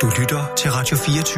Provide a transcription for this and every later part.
Du lytter til Radio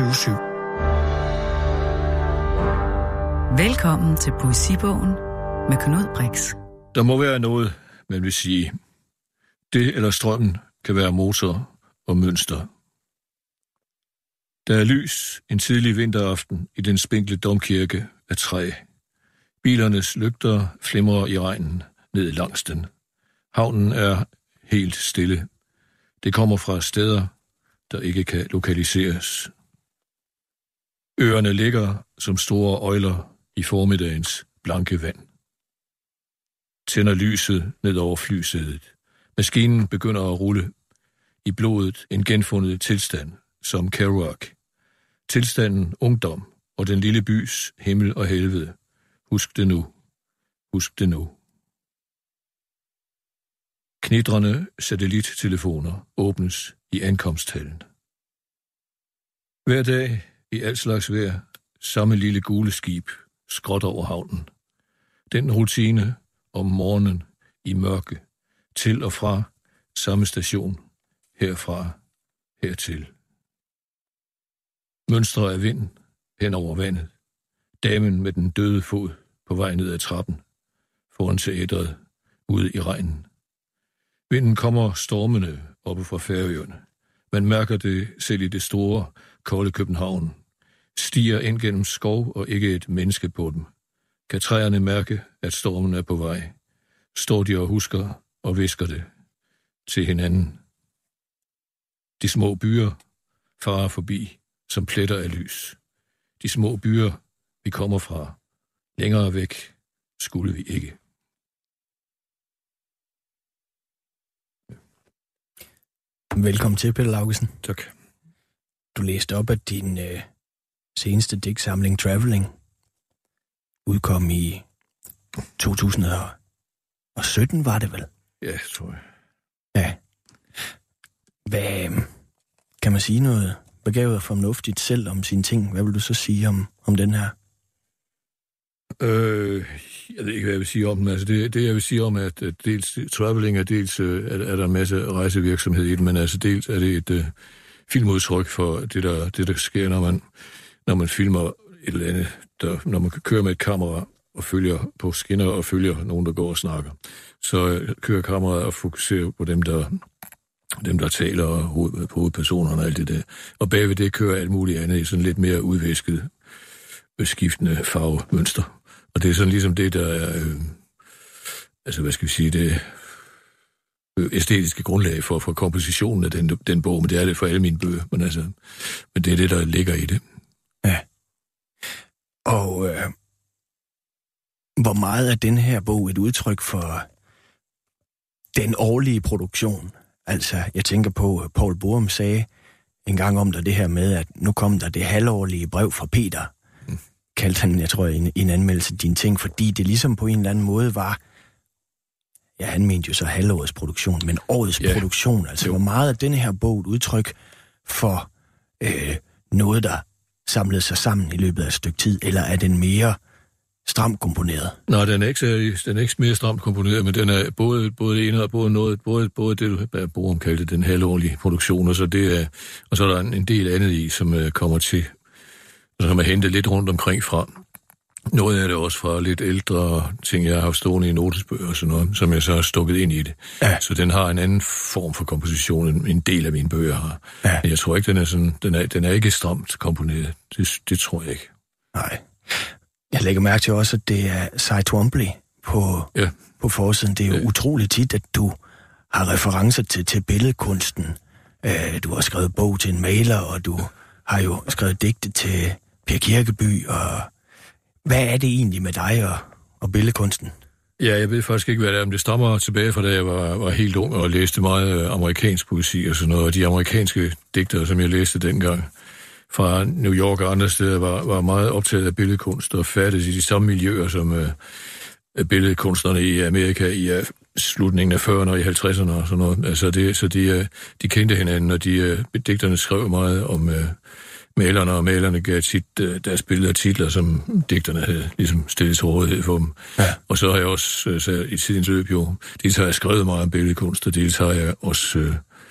24/7. Velkommen til Poesibogen med Knud Brix. Der må være noget, man vil sige. Det eller strømmen kan være motor og mønster. Der er lys en tidlig vinteraften i den spinkle domkirke af træ. Bilernes lygter flimrer i regnen ned langs den. Havnen er helt stille. Det kommer fra steder, der ikke kan lokaliseres. Øerne ligger som store øjler i formiddagens blanke vand. Tænder lyset ned over flysædet. Maskinen begynder at rulle. I blodet en genfundet tilstand, som Kerouac. Tilstanden ungdom og den lille bys himmel og helvede. Husk det nu. Husk det nu. Knitrende satellittelefoner åbnes i ankomsthallen. Hver dag i al slags vejr, samme lille gule skib, skråt over havnen. Den rutine om morgenen i mørke, til og fra samme station, herfra, hertil. Mønstre af vind hen over vandet. Damen med den døde fod på vej ned ad trappen, foran teatret, ude i regnen. Vinden kommer stormende oppe fra Færøerne. Man mærker det selv i det store, kolde København. Stiger ind gennem skov og ikke et menneske på dem. Kan træerne mærke, at stormen er på vej? Står de og husker og visker det til hinanden. De små byer farer forbi som pletter af lys. De små byer, vi kommer fra, længere væk skulle vi ikke. Velkommen til, Peter Laugesen. Tak. Du læste op, at din seneste digtsamling, Traveling, udkom i 2017, var det vel? Ja, tror jeg. Ja. Hvad kan man sige noget begavet og fornuftigt selv om sine ting? Hvad vil du så sige om den her? Jeg ved ikke, hvad jeg vil sige om den. Altså det jeg vil sige om, at dels traveling er dels er der en masse rejsevirksomhed i det, men altså dels er det et filmudtryk for det der sker, når man filmer et eller andet, når man kan køre med et kamera og følger på skinner og følger nogen, der går og snakker. Så kører kameraet og fokuserer på dem, der taler og på hovedpersonerne og alt det der. Og bagved det kører alt muligt andet i sådan lidt mere udvæsket, skiftende farvemønster. Og det er sådan ligesom det, der er, altså hvad skal vi sige, det æstetiske grundlag for kompositionen af den bog, men det er det for alle mine bøger, men det er det, der ligger i det. Ja. Og hvor meget er den her bog et udtryk for den årlige produktion? Altså, jeg tænker på, Paul Borum sagde en gang om det her med, at nu kom der det halvårlige brev fra Peter, kaldte han, jeg tror, i en anmeldelse dine ting, fordi det ligesom på en eller anden måde var, ja, han mente jo så halvårets produktion, men årets produktion, altså hvor meget er denne her bog et udtryk for noget, der samlede sig sammen i løbet af et stykke tid, eller er den mere stramt komponeret? Nej, den er ikke mere stramt komponeret, men den er både ene og både det, Borum kaldte den halvårlige produktion, og så er der en del andet i, som kommer til, som er hentet lidt rundt omkring fra. Noget af det også fra lidt ældre ting, jeg har haft stående i notesbøger og sådan noget, som jeg så har stukket ind i det. Ja. Så den har en anden form for komposition, end en del af mine bøger har. Ja. Men jeg tror ikke, den er sådan, den er ikke stramt komponeret. Det tror jeg ikke. Nej. Jeg lægger mærke til også, at det er Cy Twombly på forsiden. Det er jo utroligt tit, at du har referencer til billedkunsten. Du har skrevet bog til en maler, og du har jo skrevet digte til Per Kirkeby. Og hvad er det egentlig med dig og billedkunsten? Ja, jeg ved faktisk ikke, hvad det er, men det stammer tilbage fra, da jeg var helt ung og læste meget amerikansk poesi og sådan noget. Og de amerikanske digtere, som jeg læste dengang fra New York og andre steder, var meget optaget af billedkunst og færdes i de samme miljøer, som billedkunstnerne i Amerika i slutningen af 40'erne og i 50'erne og sådan noget. Altså så de kendte hinanden, og digterne skrev meget om malerne, og malerne gav deres billeder og titler, som digterne havde ligesom stillet til rådighed for dem. Ja. Og så har jeg også i tidens løb jo, dels har jeg skrevet meget om billedkunst, og dels har jeg også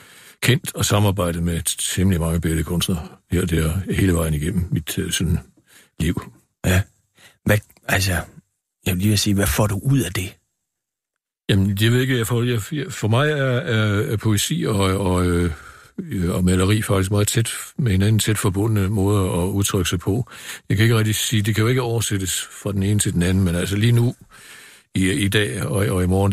kendt og samarbejdet med temmelig mange billedkunstnere her der hele vejen igennem mit sådan liv. Ja. Jeg vil lige sige, hvad får du ud af det? Jamen, jeg ved ikke, for mig er poesi og maleri faktisk meget tæt med hinanden, tæt forbundne måder at udtrykke sig på. Jeg kan ikke rigtig sige, det kan jo ikke oversættes fra den ene til den anden, men altså lige nu, i dag og i morgen,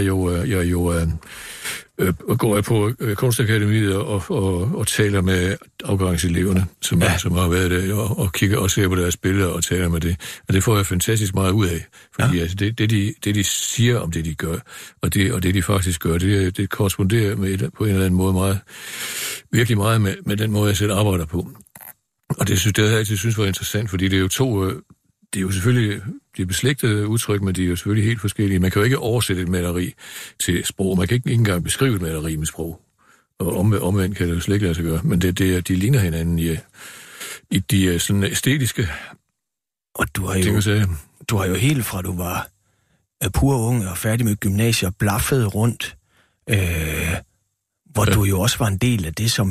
går jeg på Kunstakademiet og taler med afgangseleverne, som har været der, og kigger og ser på deres billeder og taler med det. Og det får jeg fantastisk meget ud af, fordi altså, det de siger om det, de gør, og det de faktisk gør, det korresponderer med på en eller anden måde virkelig meget med den måde, jeg selv arbejder på. Og det har jeg altid synes var interessant, fordi det er jo det er jo selvfølgelig de beslægtede udtryk, men de er jo selvfølgelig helt forskellige. Man kan jo ikke oversætte et maleri til sprog. Man kan ikke engang beskrive et maleri med sprog. Og omvendt kan det jo slet ikke lade sig gøre. Men de ligner hinanden i de sådan æstetiske og du har jo helt fra du var pur unge og færdig med gymnasiet blaffet rundt, hvor du jo også var en del af det,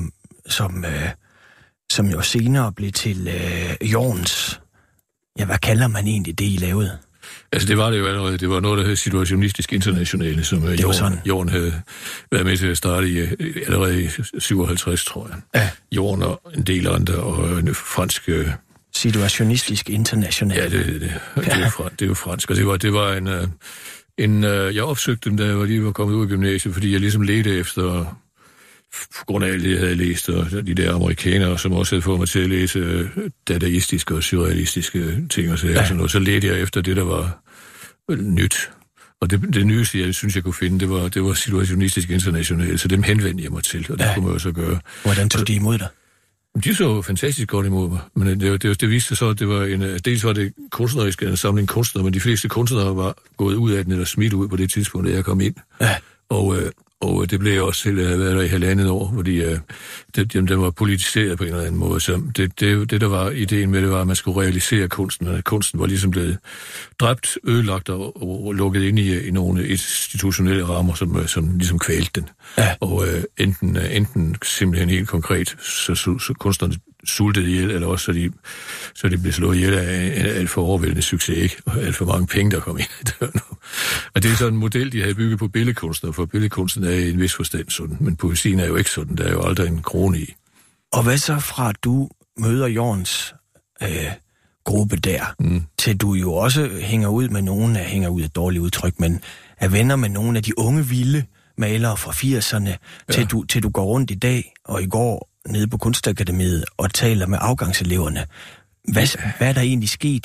som jo senere blev til Jorns. Ja, hvad kalder man egentlig det, I lavede? Altså, det var det jo allerede. Det var noget, der hed Situationistisk Internationale, som Jorn havde været med til at starte allerede i 57, tror jeg. Ja. Jorn og en del andre, og en fransk... Situationistisk Internationale. Ja, det er jo fransk. Og det var en jeg opsøgte dem, da jeg lige var kommet ud af gymnasiet, fordi jeg ligesom ledte efter... på grund af alt det, jeg havde læst, og de der amerikanere, som også havde fået mig til at læse dadaistiske og surrealistiske ting og sådan noget, så ledte jeg efter det, der var nyt. Og det nyeste, jeg synes, jeg kunne finde, det var Situationistisk Internationale, så dem henvendte jeg mig til, og det kunne man jo så gøre. Hvordan tog de imod dig? De så fantastisk godt imod mig, men det viste sig så, at det var dels var det kunstnerisk, en samling kunstnere, men de fleste kunstnere var gået ud af den, eller smidt ud på det tidspunkt, da jeg kom ind. Ja. Og det blev jeg også til at have været der i 1,5 år, fordi den var politiseret på en eller anden måde. Så det, der var ideen med det, var, at man skulle realisere kunsten, og kunsten var ligesom blevet dræbt, ødelagt og lukket ind i nogle institutionelle rammer, som ligesom kvælte den. Ja. Og enten simpelthen helt konkret, så kunstnerne sultede ihjel, eller også så de blev slået ihjel af en alt for overvældende succes, ikke? Og alt for mange penge, der kom ind i døren. Og det er sådan en model, de havde bygget på billedkunsten, for billedkunsten er i en vis forstand sådan, men poesien er jo ikke sådan, der er jo aldrig en krone i. Og hvad så fra, at du møder Jorns gruppe der, til du jo også hænger ud med nogen, hænger ud af dårligt udtryk, men er venner med nogle af de unge, vilde malere fra 80'erne, til du går rundt i dag, og i går nede på Kunstakademiet og taler med afgangseleverne. Hvad er der egentlig sket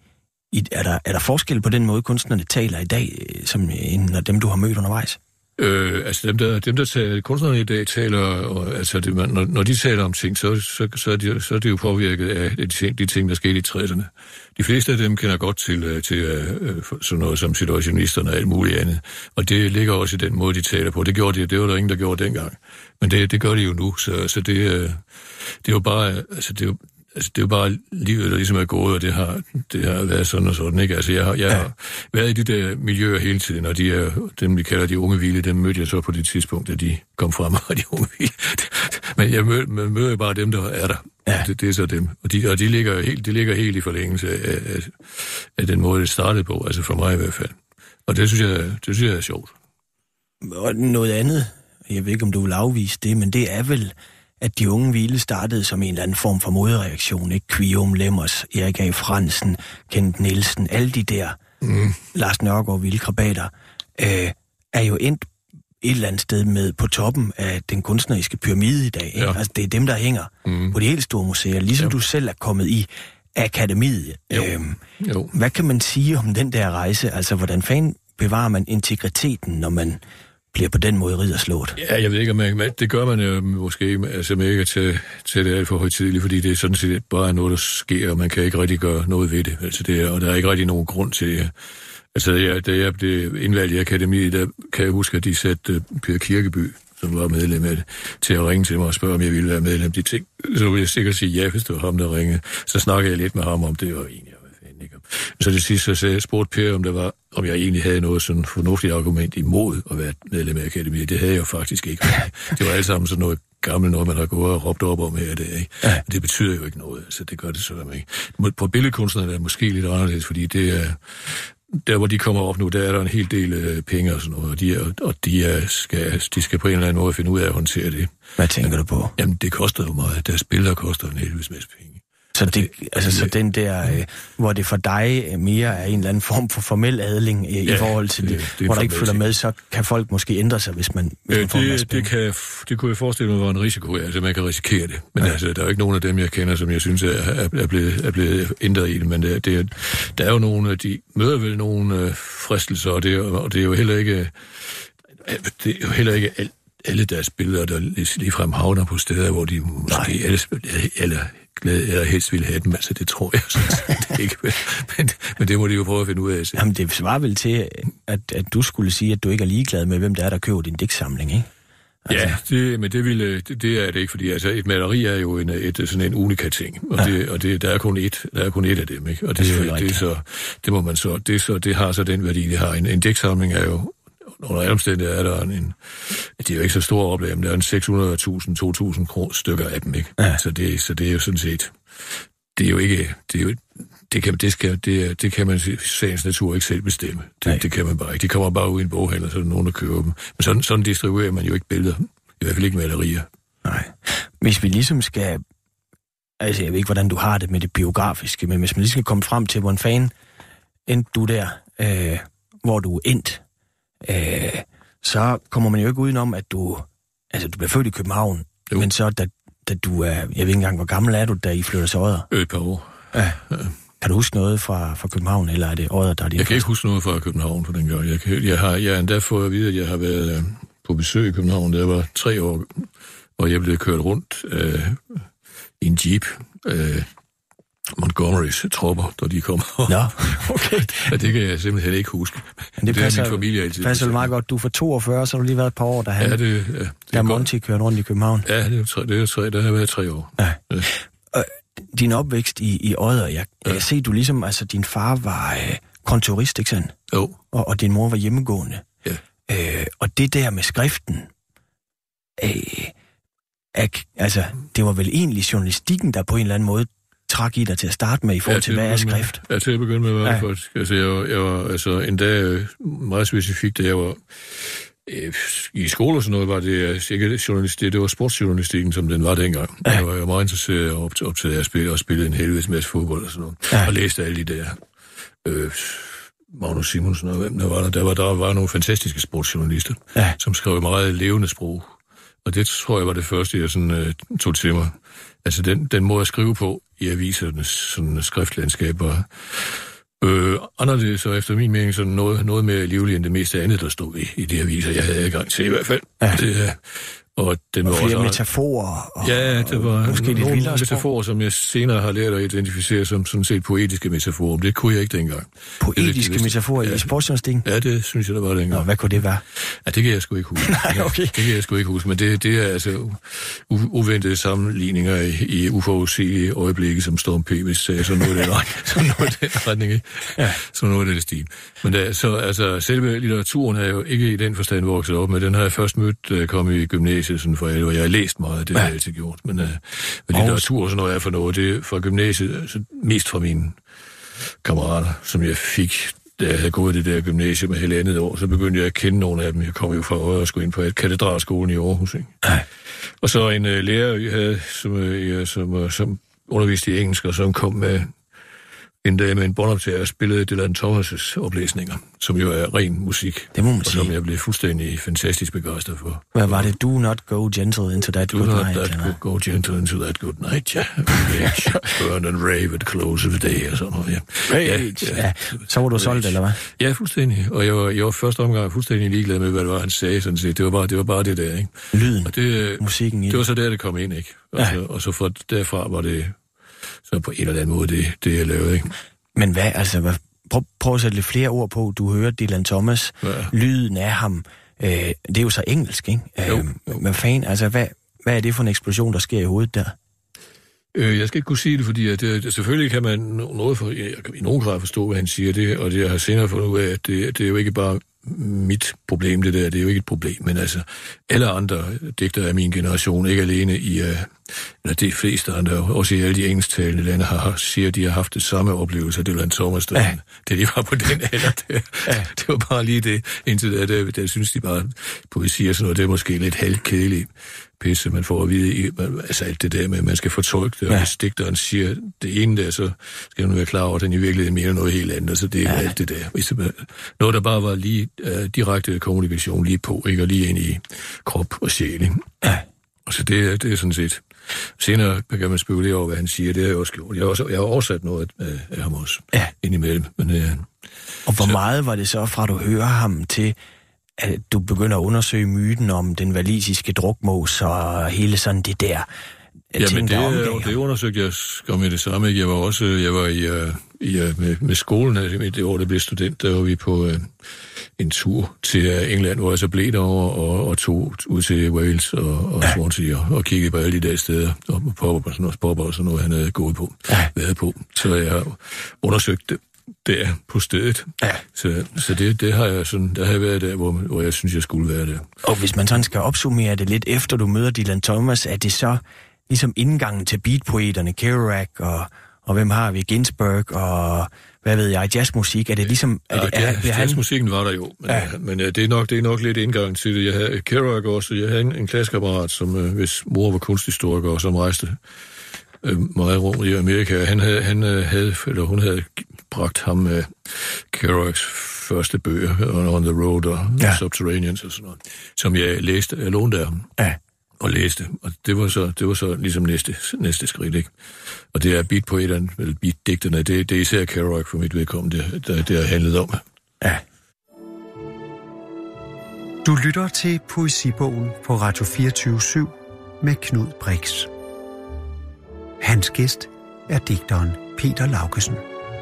er der forskel på den måde, kunstnerne taler i dag, som en af dem, du har mødt undervejs? Altså dem der taler, kunstnerne i dag taler, og, altså når de taler om ting, så er det jo påvirket af de ting, der skete i 60'erne. De fleste af dem kender godt til sådan noget som situationisterne og alt muligt andet. Og det ligger også i den måde, de taler på. Det var der ingen, der gjorde dengang. Men det gør de jo nu, så det er jo bare, det er jo bare livet, der ligesom er gået, og det har været sådan og sådan, ikke? Altså, jeg har været i de der miljøer hele tiden, og dem, vi kalder de unge vilde, dem mødte jeg så på det tidspunkt, at de kom frem, og de unge vilde. Men jeg møder bare dem, der er der. Ja. Det er så dem. Og de ligger helt i forlængelse af den måde, det startede på, altså for mig i hvert fald. Og det synes jeg er sjovt. Og noget andet, jeg ved ikke, om du vil afvise det, men det er vel, at de unge vilde startede som en eller anden form for modreaktion, ikke? Kvium, Lemmers, Erik A. Fransen, Kent Nielsen, alle de der, Lars Nørgaard, vilde krabater, er jo endt et eller andet sted med på toppen af den kunstneriske pyramide i dag. Ikke? Ja. Altså, det er dem, der hænger på de helt store museer, ligesom du selv er kommet i akademiet. Jo. Hvad kan man sige om den der rejse? Altså, hvordan fanden bevarer man integriteten, når man bliver på den måde ridderslået? Ja, jeg ved ikke, om det gør man jo måske ikke, altså man ikke til det alt for højtidligt, fordi det er sådan set bare noget, der sker, og man kan ikke rigtig gøre noget ved det. Altså og der er ikke rigtig nogen grund til det. Altså, da jeg blev indvalgt i akademiet, der kan jeg huske, at de satte Per Kirkeby, som var medlem af det, til at ringe til mig og spørge, om jeg ville være medlem. De ting, så ville jeg sikkert sige ja, hvis det var ham, der ringede. Så snakkede jeg lidt med ham om det, og egentlig, Så det sidste, så spurgte Per, om jeg egentlig havde noget sådan fornuftigt argument imod at være medlem af akademiet. Det havde jeg jo faktisk ikke. Det var alt sammen sådan noget gammelt noget, man har gået og råbt op om her. Det betyder jo ikke noget, så det gør det sådan ikke. På billedkunstnerne er det måske lidt anderledes, fordi det er... Der, hvor de kommer op nu, der er der en hel del penge og sådan noget, og de skal på en eller anden måde finde ud af at håndtere det. Hvad tænker du på? Jamen, det koster jo meget. Deres billeder koster en helvedes masse penge. Så den der, hvor det for dig mere er en eller anden form for formel adling i forhold til det, hvor der ikke følger med, så kan folk måske ændre sig, hvis man får en masse penge. Det kunne jeg forestille mig var en risiko, altså man kan risikere det. Men altså, der er jo ikke nogen af dem, jeg kender, som jeg synes er blevet ændret i det, men der er jo nogle, de møder vel nogle fristelser, og det er jo heller ikke alle deres billeder, der ligefrem havner på steder, hvor de måske eller helst ville have dem, altså det tror jeg sådan ikke. Men det må de jo prøve at finde ud af. Så. Jamen det svarer vel til, at du skulle sige, at du ikke er ligeglad med, hvem der er, der køber din digtsamling, ikke? Altså. Ja, men det er det ikke, fordi altså, et maleri er jo sådan en unika ting, og der er kun et af dem, ikke? Og det har så den værdi, det har. En digtsamling er jo under alle omstændigheder er der det er jo ikke så store oplag, men der er en 600.000-2.000 stykker af dem, ikke? Ja. Så det er jo sådan set, det er jo ikke, det kan man i sagens natur ikke selv bestemme. Det kan man bare ikke. De kommer bare ud i en boghandel, så er der nogen, der køber dem. Men sådan distribuerer man jo ikke billeder. I hvert fald ikke malerier. Nej. Hvis vi ligesom skal, altså jeg ved ikke, hvordan du har det med det biografiske, men hvis man lige skal komme frem til, hvor en fan endte du der, hvor du er endt, så kommer man jo ikke udenom, at du bliver født i København, men så da du er, jeg ved ikke engang, hvor gammel er du, da I flytter til Odder? Et par år. Ja. Kan du huske noget fra København, eller er det Odder, der er din? Jeg kan ikke huske noget fra København på den gang. Jeg har endda fået at vide, at jeg har været på besøg i København, da jeg var 3 år, og jeg blev kørt rundt i en jeep, Montgomerys tropper, da de kom. Nå, okay. Ja, det kan jeg simpelthen ikke huske. Men det passer, min familie altid. Passer det meget godt. Du er for 42, så har du lige været et par år, da Monty kørte rundt i København. Ja, der har været 3 år. Ja. Din opvækst i Odder, jeg ser du ligesom, altså din far var kontorist, ikke sandt? Jo. Og din mor var hjemmegående. Ja. Og det der med skriften, altså det var vel egentlig journalistikken, der på en eller anden måde træk i dig til at starte med i forhold til, hvad er skrift? Ja, til at begynde med, var det faktisk. Altså, jeg var endda meget specifikt, da jeg var i skole og sådan noget, var det ikke journalistik, det var sportsjournalistikken, som den var dengang. Ja. Jeg var jo meget interesseret og optaget af at spille, og spillede en helvedes masse fodbold og sådan noget. Ja. Og læste alle de der Magnus Simonsen og hvem der var der. Der var nogle fantastiske sportsjournalister, som skrev meget levende sprog. Og det tror jeg var det første, jeg sådan tog til mig. Altså den måde at skrive på i avisernes sådan skriftlandskab var anderledes, og efter min mening sådan noget mere livligt end det meste andet, der stod i de aviser, jeg havde adgang til i hvert fald. Ja. Og den var flere også metaforer. Ja, det var måske nogle metaforer, som jeg senere har lært at identificere som sådan set poetiske metaforer. Det kunne jeg ikke dengang. Poetiske metaforer i sportsjournalistikken? Ja, det synes jeg, der var dengang. Nå, hvad kunne det være? Ja, det kan jeg sgu ikke huske. Nej, okay. Det kan jeg sgu ikke huske, men det er altså uventede sammenligninger i uforudsigelige øjeblikke, som Storm P. hvis sagde sådan noget af den retning, ikke? Ja. Sådan noget af den stil. Men altså, selve litteraturen er jo ikke i den forstand vokset op, men den har jeg først mødt, da jeg kom i gymnasiet, sådan for alvor. Jeg har læst meget, det har jeg altid gjort. Men litteratur og sådan noget er for noget. Det er fra gymnasiet, altså mest fra mine kammerater, som jeg fik, da jeg havde gået det der gymnasium med halvandet år. Så begyndte jeg at kende nogle af dem. Jeg kom jo fra Odder og skulle ind på et katedralskolen i Aarhus. Ikke? Og så en lærer, jeg havde, som underviste i engelsk, og som kom med en dag med en båndoptager og spillede Dylan Thomas' oplæsninger, som jo er ren musik. Det må man og sige. Som jeg blev fuldstændig fantastisk begejstret for. Hvad var det? Do not go gentle into that good night. Do not go gentle into that good night, ja. Burn and rave at close of the day, og sådan noget, ja. Ja. Så var du solgt, eller hvad? Ja, fuldstændig. Og jeg var første omgang fuldstændig ligeglad med, hvad det var, han sagde, sådan set. Det var bare det der, ikke? Lyden, og det, musikken i det. Det var så der, det kom ind, ikke? Og så fra derfra var det så på en eller anden måde det jeg lavede, ikke? Men hvad, altså, prøv at sætte lidt flere ord på. Du hører Dylan Thomas, lyden af ham. Det er jo så engelsk, ikke? Jo. Hvad fanden, altså, hvad er det for en eksplosion, der sker i hovedet der? Jeg skal ikke kunne sige det, fordi at selvfølgelig kan man i nogen grad forstå, hvad han siger det, og det jeg har senere fundet ud af, at det er jo ikke bare mit problem, det er jo ikke et problem, men altså alle andre digtere af min generation, ikke alene i, de fleste andre, også i alle de engelsktalende lande, siger, at de har haft det samme oplevelse af Dylan Thomas, da de var på den alder. Det var bare lige det, indtil der synes de bare, poesi og sådan noget, det er måske lidt halvkedeligt pisse, man får at vide, altså alt det der med, at man skal fortolke det, og hvis digteren siger det ene der, så skal man være klar over, at den i virkeligheden mere noget helt andet, så det er alt det der. Hvis det noget, der bare var lige direkte kommunikation lige på, ikke, og lige ind i krop og sjæl, ikke? Og så det er sådan set. Senere kan man spekulere over, hvad han siger, det har jeg også gjort. Jeg har oversat noget af ham også indimellem. Men, og hvor meget var det så, fra du hører ham til, at du begynder at undersøge myten om den walisiske drukmås og hele sådan det der ting, det undersøgte jeg skam med det samme. Jeg var med skolen, det år, der blev student, der var vi på en tur til England, hvor jeg så blev derovre og tog ud til Wales og Swansea og kiggede på alle de der steder, og popper og sådan noget, han havde gået på, været på. Så jeg undersøgte det der på stedet. Så det har jeg sådan, der har jeg været der, hvor jeg synes, jeg skulle være der. Og hvis man sådan skal opsummere det lidt, efter du møder Dylan Thomas, er det så ligesom indgangen til beatpoeterne, Kerouac og hvem har vi, Ginsberg og hvad ved jeg, jazzmusik, er det ligesom... Jazzmusikken var der jo, men det er nok lidt indgang til det. Jeg havde Kerouac også, jeg havde en klassekammerat, som hvis mor var kunsthistoriker, og som rejste meget rundt i Amerika. Hun havde bragt ham Kerouacs første bøger, On the Road og Subterraneans og sådan noget, som jeg lånte af ham. Og læste, og det var så ligesom næste skridt, ikke? Og det er beatpoeterne, eller beatdigterne, det er især Kerouac for mit vedkommende, det har handlet om. Ja. Du lytter til Poesibogen på Radio 24/7 med Knud Brix. Hans gæst er digteren Peter Laugesen.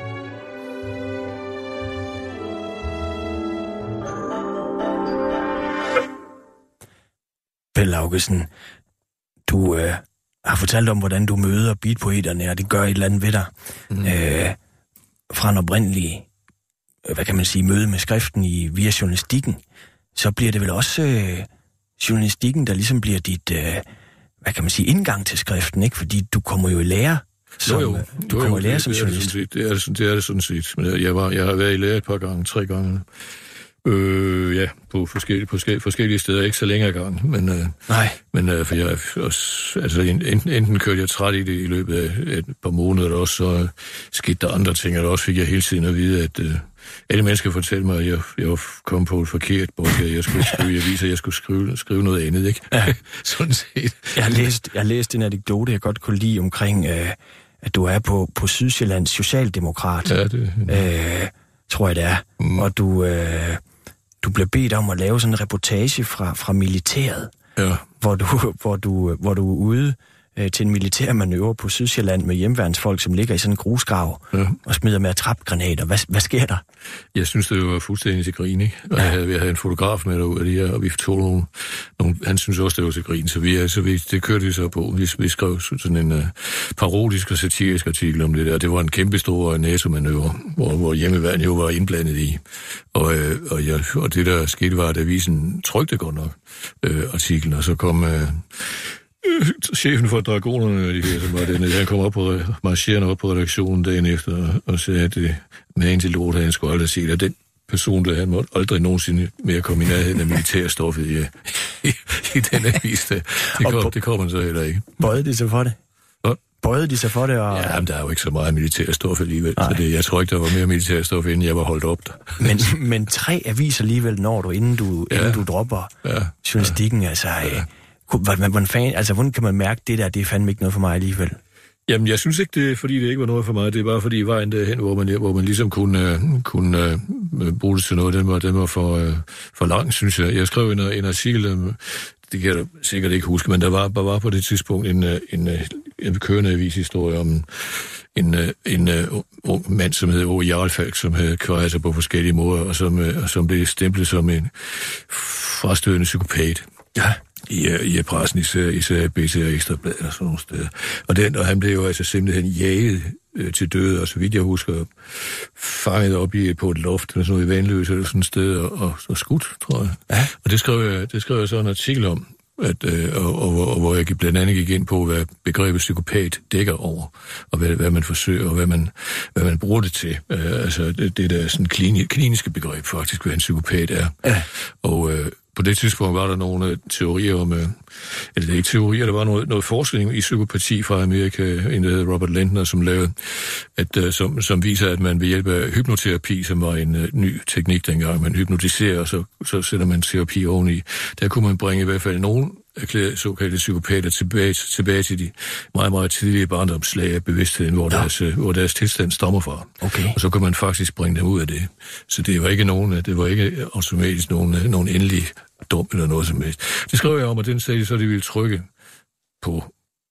Peter Laugesen, du har fortalt om, hvordan du møder beatpoeterne, og det gør et eller andet ved dig. Fra en oprindelig, hvad kan man sige, møde med skriften via journalistikken, så bliver det vel også journalistikken, der ligesom bliver dit, hvad kan man sige, indgang til skriften, ikke? Fordi du kommer jo i lære som journalist. Det er det sådan set. Men jeg har været i lære et par gange, 3 gange. På forskellige steder, ikke så længere gang, men for jeg altså enten kørte jeg træt i det i løbet af et par måneder, og så skete der andre ting, og også fik jeg hele tiden at vide, at alle mennesker fortalte mig, at jeg var kommet på et forkert bord, jeg skulle skrive i aviser, jeg skulle skrive noget andet, ikke? Ja. Sådan set. Jeg har læst en anekdote, jeg godt kunne lide omkring, at du er på Sydsjællands Socialdemokrat. Ja, det tror jeg det er. Og du blev bedt om at lave sådan en reportage fra militæret, hvor du er ude til en militærmanøvre på Sydsjælland med hjemmeværnsfolk, som ligger i sådan en grusgrav og smider med attrapgranater. Hvad sker der? Jeg synes, det var fuldstændig til grin, ikke? Og jeg havde en fotograf med derude af det her, og vi tog nogle han synes også, det var til grin, så det kørte vi så på. Vi skrev sådan en parodisk og satirisk artikel om det der. Det var en kæmpe stor NATO-manøvre, hvor hjemmeværn jo var indblandet i. Og det, der skete, var, at avisen trykte godt nok artiklen, og så kom chefen for dragonerne, som var dernede, han kom marcherende op på redaktionen dagen efter og sagde, at med en til lort, han skulle aldrig se det. Og den person, der han måtte aldrig nogensinde mere komme i nærheden af militærstoffet i den avis. Det kommer man så heller ikke. Bøjede de sig for det? Bøjede de sig for det? Og... Ja, men der er jo ikke så meget militærstof alligevel. Så jeg tror ikke, der var mere militærstof, inden jeg var holdt op der. men 3 aviser alligevel når du, inden du dropper journalistikken. Altså, hvordan kan man mærke det der? Det er fandme ikke noget for mig alligevel. Jamen, jeg synes ikke, det er, fordi det ikke var noget for mig. Det er bare fordi vejen derhen, hvor man ligesom kunne bruge det til noget, den var for lang, synes jeg. Jeg skrev en artikel, det kan jeg sikkert ikke huske, men der var på det tidspunkt en kørende avishistorie om en ung mand, som hed Åge Jarlfalk, som havde kvaret sig på forskellige måder, og som blev stemplet som en frastødende psykopat. Ja. i pressen, især BT og Ekstrabladet og sådan nogle steder. Og han blev jo altså simpelthen jaget til døde, og så vidt jeg husker, fanget op på et loft, eller sådan noget i Vanløse, eller sådan et sted, og skudt, tror jeg. Ja. Og det skrev jeg så en artikel om, og hvor jeg blandt andet gik ind på, hvad begrebet psykopat dækker over, og hvad man forsøger, og hvad man bruger det til. Altså det der sådan kliniske begreb faktisk, hvad en psykopat er. Ja. Og på det tidspunkt var der nogle teorier om, eller det er ikke teorier, der var noget forskning i psykopati fra Amerika, en der hedder Robert Lentner, som lavede, som viser, at man ved hjælp af hypnoterapi, som var en ny teknik dengang, man hypnotiserer, og så sætter man terapi oveni. Der kunne man bringe i hvert fald nogen erklærede såkaldte psykopater tilbage til de meget, meget tidlige barndomslag af bevidstheden, hvor deres tilstand stammer fra. Okay. Og så kan man faktisk bringe dem ud af det. Så det var ikke automatisk nogen endelig dom eller noget som helst. Det skrev jeg om, og den sagde så, de ville trykke på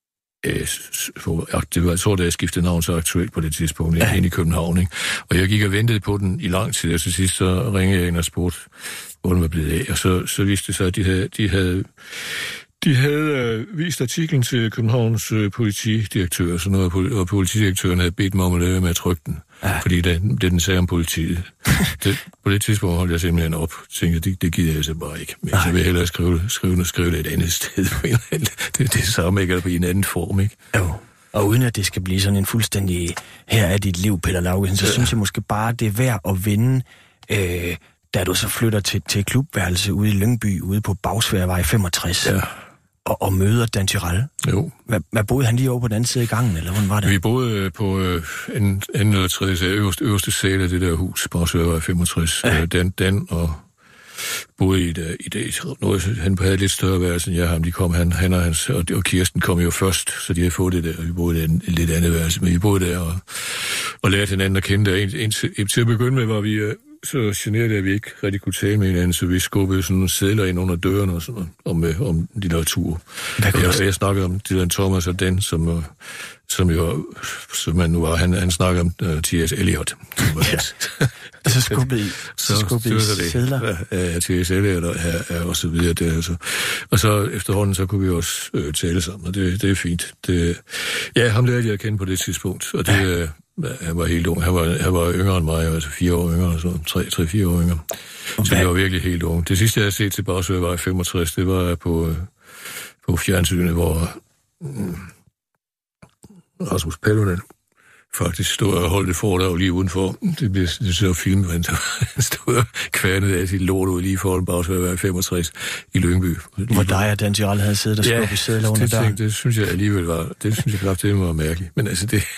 jeg tror, da jeg skiftede navn så aktuelt på det tidspunkt, ind i København, ikke? Og jeg gik og ventede på den i lang tid, og til sidst så ringede jeg ind og spurgte, hvor den var blevet af, og så viste det sig, at de havde vist artiklen til Københavns politidirektør og sådan noget, og politidirektøren havde bedt mig om at lade med at trykke den, fordi den sagde om politiet. På det tidspunkt holdt jeg simpelthen op og tænkte, det gider jeg så bare ikke. Men så vil jeg hellere skrive det et andet sted på en eller anden. Det samme, ikke? Eller på en anden form, ikke? Jo. Og uden at det skal blive sådan en fuldstændig her er dit liv, Peter Laugesen, så synes jeg måske bare, det er værd at vende, da du så flytter til klubværelse ude i Lyngby, ude på Bagsværvej 65. Ja. Og møder Dan Tyrell. Jo. Hvad boede han lige over på den anden side i gangen, eller hvordan var det? Vi boede på anden eller tredje sal, øverste sal af det der hus, Bagsværvej 65. Ja. Dan og boede i det. Han havde lidt større værelse end jeg ham. De kom, han og Kirsten kom jo først, så de havde fået det der, og vi boede i et lidt andet værelse. Men vi boede der og lærte hinanden at kende der. Til at begynde med var vi så generede, at vi ikke rigtig kunne tale med hinanden, så vi skubbede sådan nogle sedler ind under døren og sådan om litteratur. Jeg snakkede om Dylan Thomas og den, som han nu var. Han snakkede om T.S. Eliot. Så skubbede I sedler? Ja, T.S. Eliot og så videre. Der, altså. Og så efterhånden, så kunne vi også tale sammen, og det er fint. Ham lærte jeg at kende på det tidspunkt, og det han var helt ung. Han var yngre end mig, altså 4 år yngre, eller sådan 3-4 år yngre. Så det var virkelig helt ung. Det sidste, jeg har set til Bagsværvej var i 65, det var på fjernsynet, hvor Rasmus Paludan faktisk stod og holdt et foredrag lige udenfor. Det så filmet, han stod og kværnede af sit lort ud lige foran Bagsværvej 65 i Lyngby. Hvor dig og Dan Tyrell havde siddet og skubbet sædler under døren. Det synes jeg alligevel var, det var mærkeligt. Men altså det...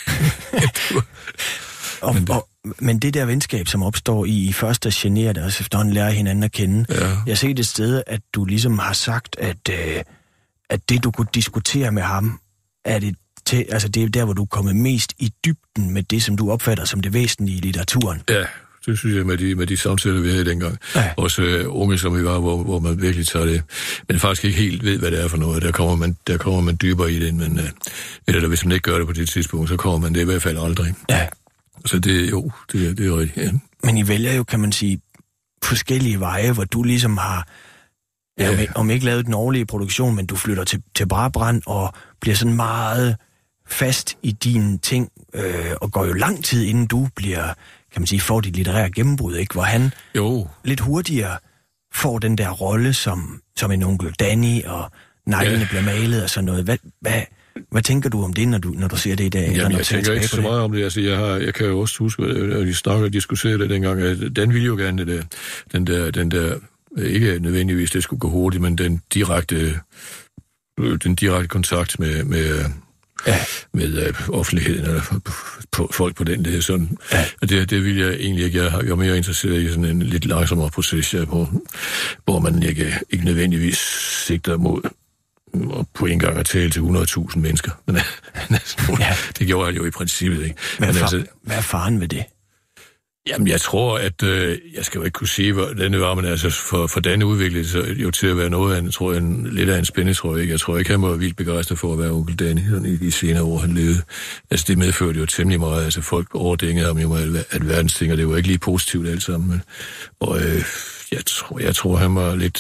Men det der venskab, som opstår i først at genere det, og så efterhånden lærer hinanden at kende. Ja. Jeg har set et sted, at du ligesom har sagt, at det du kunne diskutere med ham, det er der, hvor du er kommet mest i dybden med det, som du opfatter som det væsentlige i litteraturen. Ja, det synes jeg med de samtaler, vi havde dengang. Ja. Også unge, som vi var, hvor man virkelig tager det. Men faktisk ikke helt ved, hvad det er for noget. Der kommer man dybere i det, men eller hvis man ikke gør det på det tidspunkt, så kommer man det i hvert fald aldrig. Ja. Så det er rigtigt, ja. Men I vælger jo, kan man sige, forskellige veje, hvor du ligesom har, om ikke lavet den årlige produktion, men du flytter til Brabrand og bliver sådan meget fast i dine ting, og går jo lang tid, inden du bliver, kan man sige, får dit litterære gennembrud, ikke? Hvor han lidt hurtigere får den der rolle som en onkel Danny, og neglene bliver malet og sådan noget. Hvad tænker du om det, når du ser det i dag? Jamen, jeg tænker ikke så meget om det. Altså, jeg kan jo også huske, at vi snakkede og diskuterede det dengang, at Dan ville jo gerne det der, den der, ikke nødvendigvis det skulle gå hurtigt, men den direkte kontakt med offentligheden, eller folk på den der sådan. Ja. Og det vil jeg egentlig ikke. Jeg er mere interesseret i sådan en lidt langsommere proces, hvor man ikke nødvendigvis sigter mod og på en gang at tale til 100.000 mennesker. Men det gjorde jeg jo i princippet, ikke? Hvad er faren ved det? Jamen, jeg tror, at jeg skal jo ikke kunne sige, hvordan det var, men altså for Dan udviklede det sig jo til at være noget af lidt af en spændetrøje, ikke? Jeg tror ikke, han var vildt begejstret for at være onkel Danny i de senere år, han levede. Altså, det medførte jo temmelig meget. Altså, folk overdængede ham jo at verdens ting, og det var ikke lige positivt alt sammen. Og jeg tror, han var lidt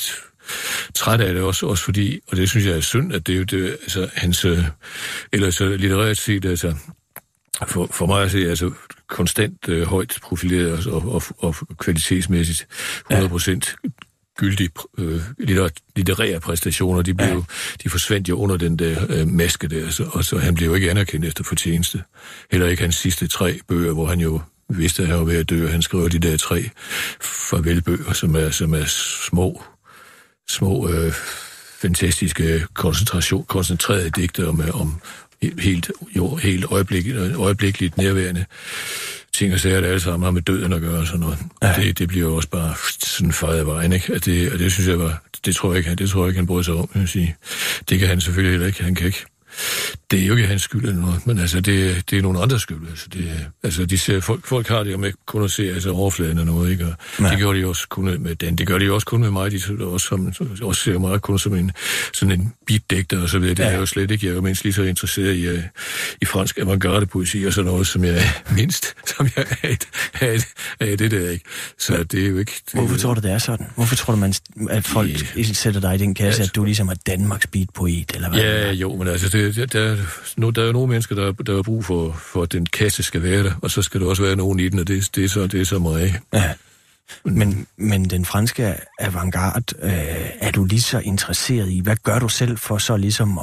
træt af det også fordi, og det synes jeg er synd, at det er jo det, altså hans, eller så litterært set, altså, for mig at se, altså, konstant højt profileret og kvalitetsmæssigt 100% gyldige litterære præstationer, de forsvandt jo under den der maske der, og så han blev jo ikke anerkendt efter fortjeneste. Heller ikke hans sidste 3 bøger, hvor han jo vidste, at han var ved at dø. Han skrev de der 3 farvelbøger, som er små fantastiske koncentrerede digte om helt øjeblikkeligt nærværende ting og sager, der alle sammen har med døden at gøre og sådan noget. Ja. Det bliver jo også bare sådan fejet af vejen, ikke? Og det synes jeg var, det tror jeg ikke, han bryder sig om, vil jeg sige. Det kan han selvfølgelig heller ikke, han kan ikke. Det er jo ikke hans skyld eller noget, men altså, det er nogle andres skyld. Altså, de ser, folk har det jo med kun at se altså, overfladen og noget, ikke? Og det gør de også kun med den. Det gør de også kun med mig. De også ser mig kun som sådan en beatdigter og så videre. Det er jo slet ikke. Jeg er jo mindst lige så interesseret i fransk avantgarde-poesi og sådan noget, som jeg er mindst, som jeg er det der, ikke? Så det er jo ikke... Hvorfor tror du, det er sådan? Hvorfor tror du, at folk sætter dig i den kasse, at du ligesom er Danmarks beatpoet, eller hvad? Ja, jo, men altså, der er jo nogle mennesker, der har brug for, at den kasse skal være der, og så skal der også være nogen i den, og det er så meget. Ja. Men den franske avantgarde, er du lige så interesseret i? Hvad gør du selv for så ligesom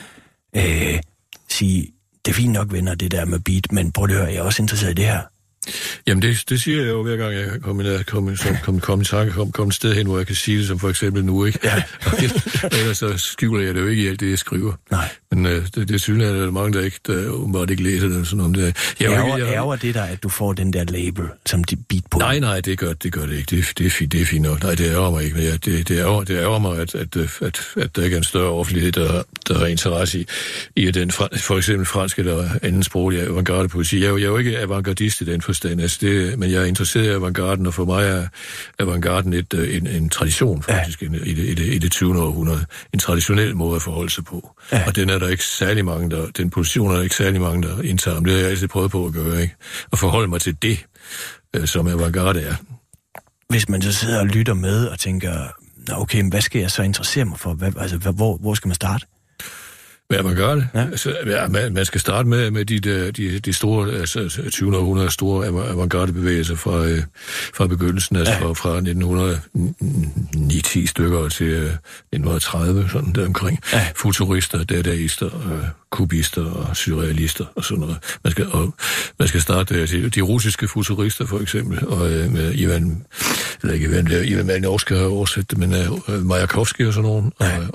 at sige, det er fint nok, venner, det der med beat, men prøv at høre, jeg er også interesseret i det her? Jamen, det siger jeg jo hver gang, jeg kommer et sted hen, hvor jeg kan sige det, som for eksempel nu, ikke? Ja. Ellers så skjuler jeg det jo ikke i alt det, jeg skriver. Nej. Men det synes jeg, at der er mange, der åbenbart ikke læser det, sådan om det. Ærger det der, at du får den der label, som de beat på? Nej, det gør det ikke. Det er fint nok. Nej, det ærger mig ikke. Men det ærger mig, at der ikke er en større offentlighed, der har interesse i den, for eksempel fransk eller anden sproglig avantgarde-poesi. Jeg er jo ikke avantgardist i den forstand, altså men jeg er interesseret i avantgarden, og for mig er avantgarden en tradition faktisk i det 20. århundrede. En traditionel måde at forholde sig på. Ja. Og den er der ikke særlig mange, den position er der ikke særlig mange, der indtager. Det har jeg altid prøvet på at gøre, ikke? Og forholde mig til det, som avantgarde er. Hvis man så sidder og lytter med og tænker, okay, hvad skal jeg så interessere mig for? Hvor skal man starte? Ja, man gør det. Ja. Altså, man skal starte med de store, altså 20. århundrede store avantgarde-bevægelser fra begyndelsen, altså fra 1909-10 stykker til 1930, sådan der omkring. Ja. Futurister, dadaister, kubister og surrealister og sådan noget. Man skal starte de russiske futurister, for eksempel, og med Ivan Malinovskij har oversat det, men Majakovskij og sådan nogen,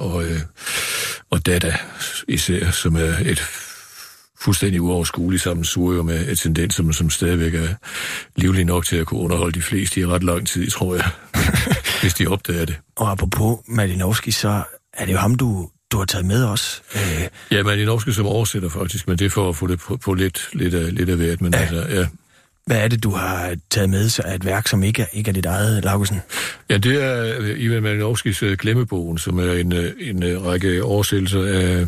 og Dada især, som er et fuldstændig uoverskueligt sammensurium med et tendens, som stadigvæk er livlig nok til at kunne underholde de fleste i ret lang tid, tror jeg, hvis de opdager det. Og apropos Malinovskij, så er det jo ham, du har taget med også. Ja, Malinovskij som oversætter faktisk, men det er for at få det på lidt af hvert, men altså, ja. Hvad er det, du har taget med sig af et værk, som ikke er dit eget, Laugesen? Ja, det er Ivan Malinovskijs Glemmebogen, som er en række oversættelser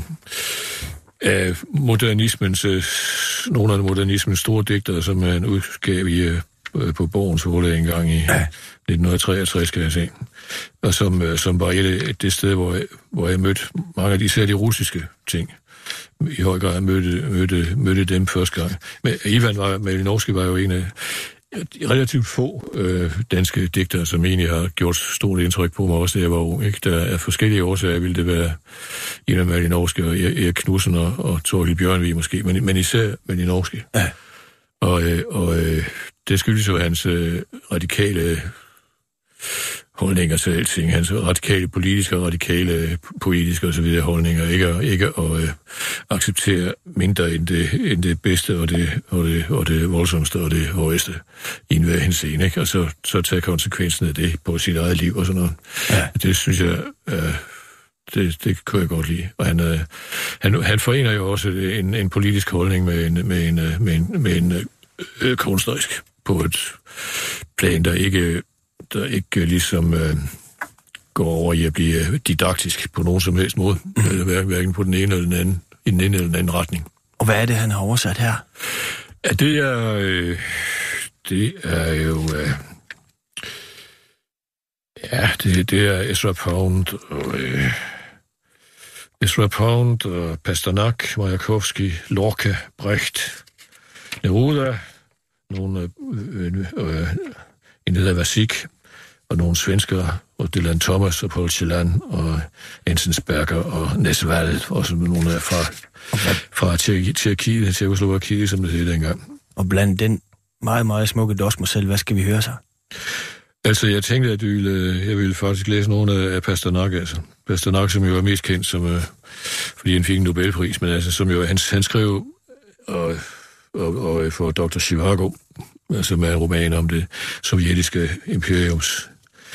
af modernismens, nogle af modernismens store digtere, som han udgav på Borgens Forlag engang i 1963, kan jeg se. Og som var det sted, hvor jeg mødte mange af de russiske ting. I høj grad mødte dem første gang. Men Ivan Malinovskij var jo en af relativt få danske digtere, som egentlig har gjort stort indtryk på mig, også da jeg var ung. Ikke? Der er forskellige årsager, ville det være Ivan Malinovskij og Erik Knudsen og Thorkild Bjørnvig måske, men især Malinovskij. Ja. Og det skyldes jo hans radikale holdninger til alting, hans radikale politiske og radikale poetiske og så videre holdninger, ikke at acceptere mindre end det bedste og det voldsomste og det højeste i enhver henseende, ikke? Og så tage konsekvensen af det på sit eget liv og sådan noget. Ja. Det synes jeg, det kunne jeg godt lide. Og han forener jo også en politisk holdning med en kunstnerisk på et plan, der ikke ligesom går over i at blive didaktisk på nogen som helst måde, hverken på den ene eller den anden, i den ene eller den anden retning. Og hvad er det, han har oversat her? Ja, det er jo Ja, det er Ezra Pound og Pasternak, Majakovsky, Lorca, Brecht, Neruda, nogle en Vasik, og nogle svenskere, og Dylan Thomas og Paul Celan og Enzensberger og Nesvald, og sådan nogle af fra Tjekkiet, Tjekkoslovakiet, som det hed dengang. Og blandt den meget, meget smukke Dosmercel, hvad skal vi høre så? Altså, jeg tænkte, at jeg ville faktisk læse nogle af Pasternak, altså. Pasternak, som jo er mest kendt, som, fordi han fik en Nobelpris, men altså, som jo, han skrev og for Dr. Zhivago, altså med en roman om det sovjetiske imperiums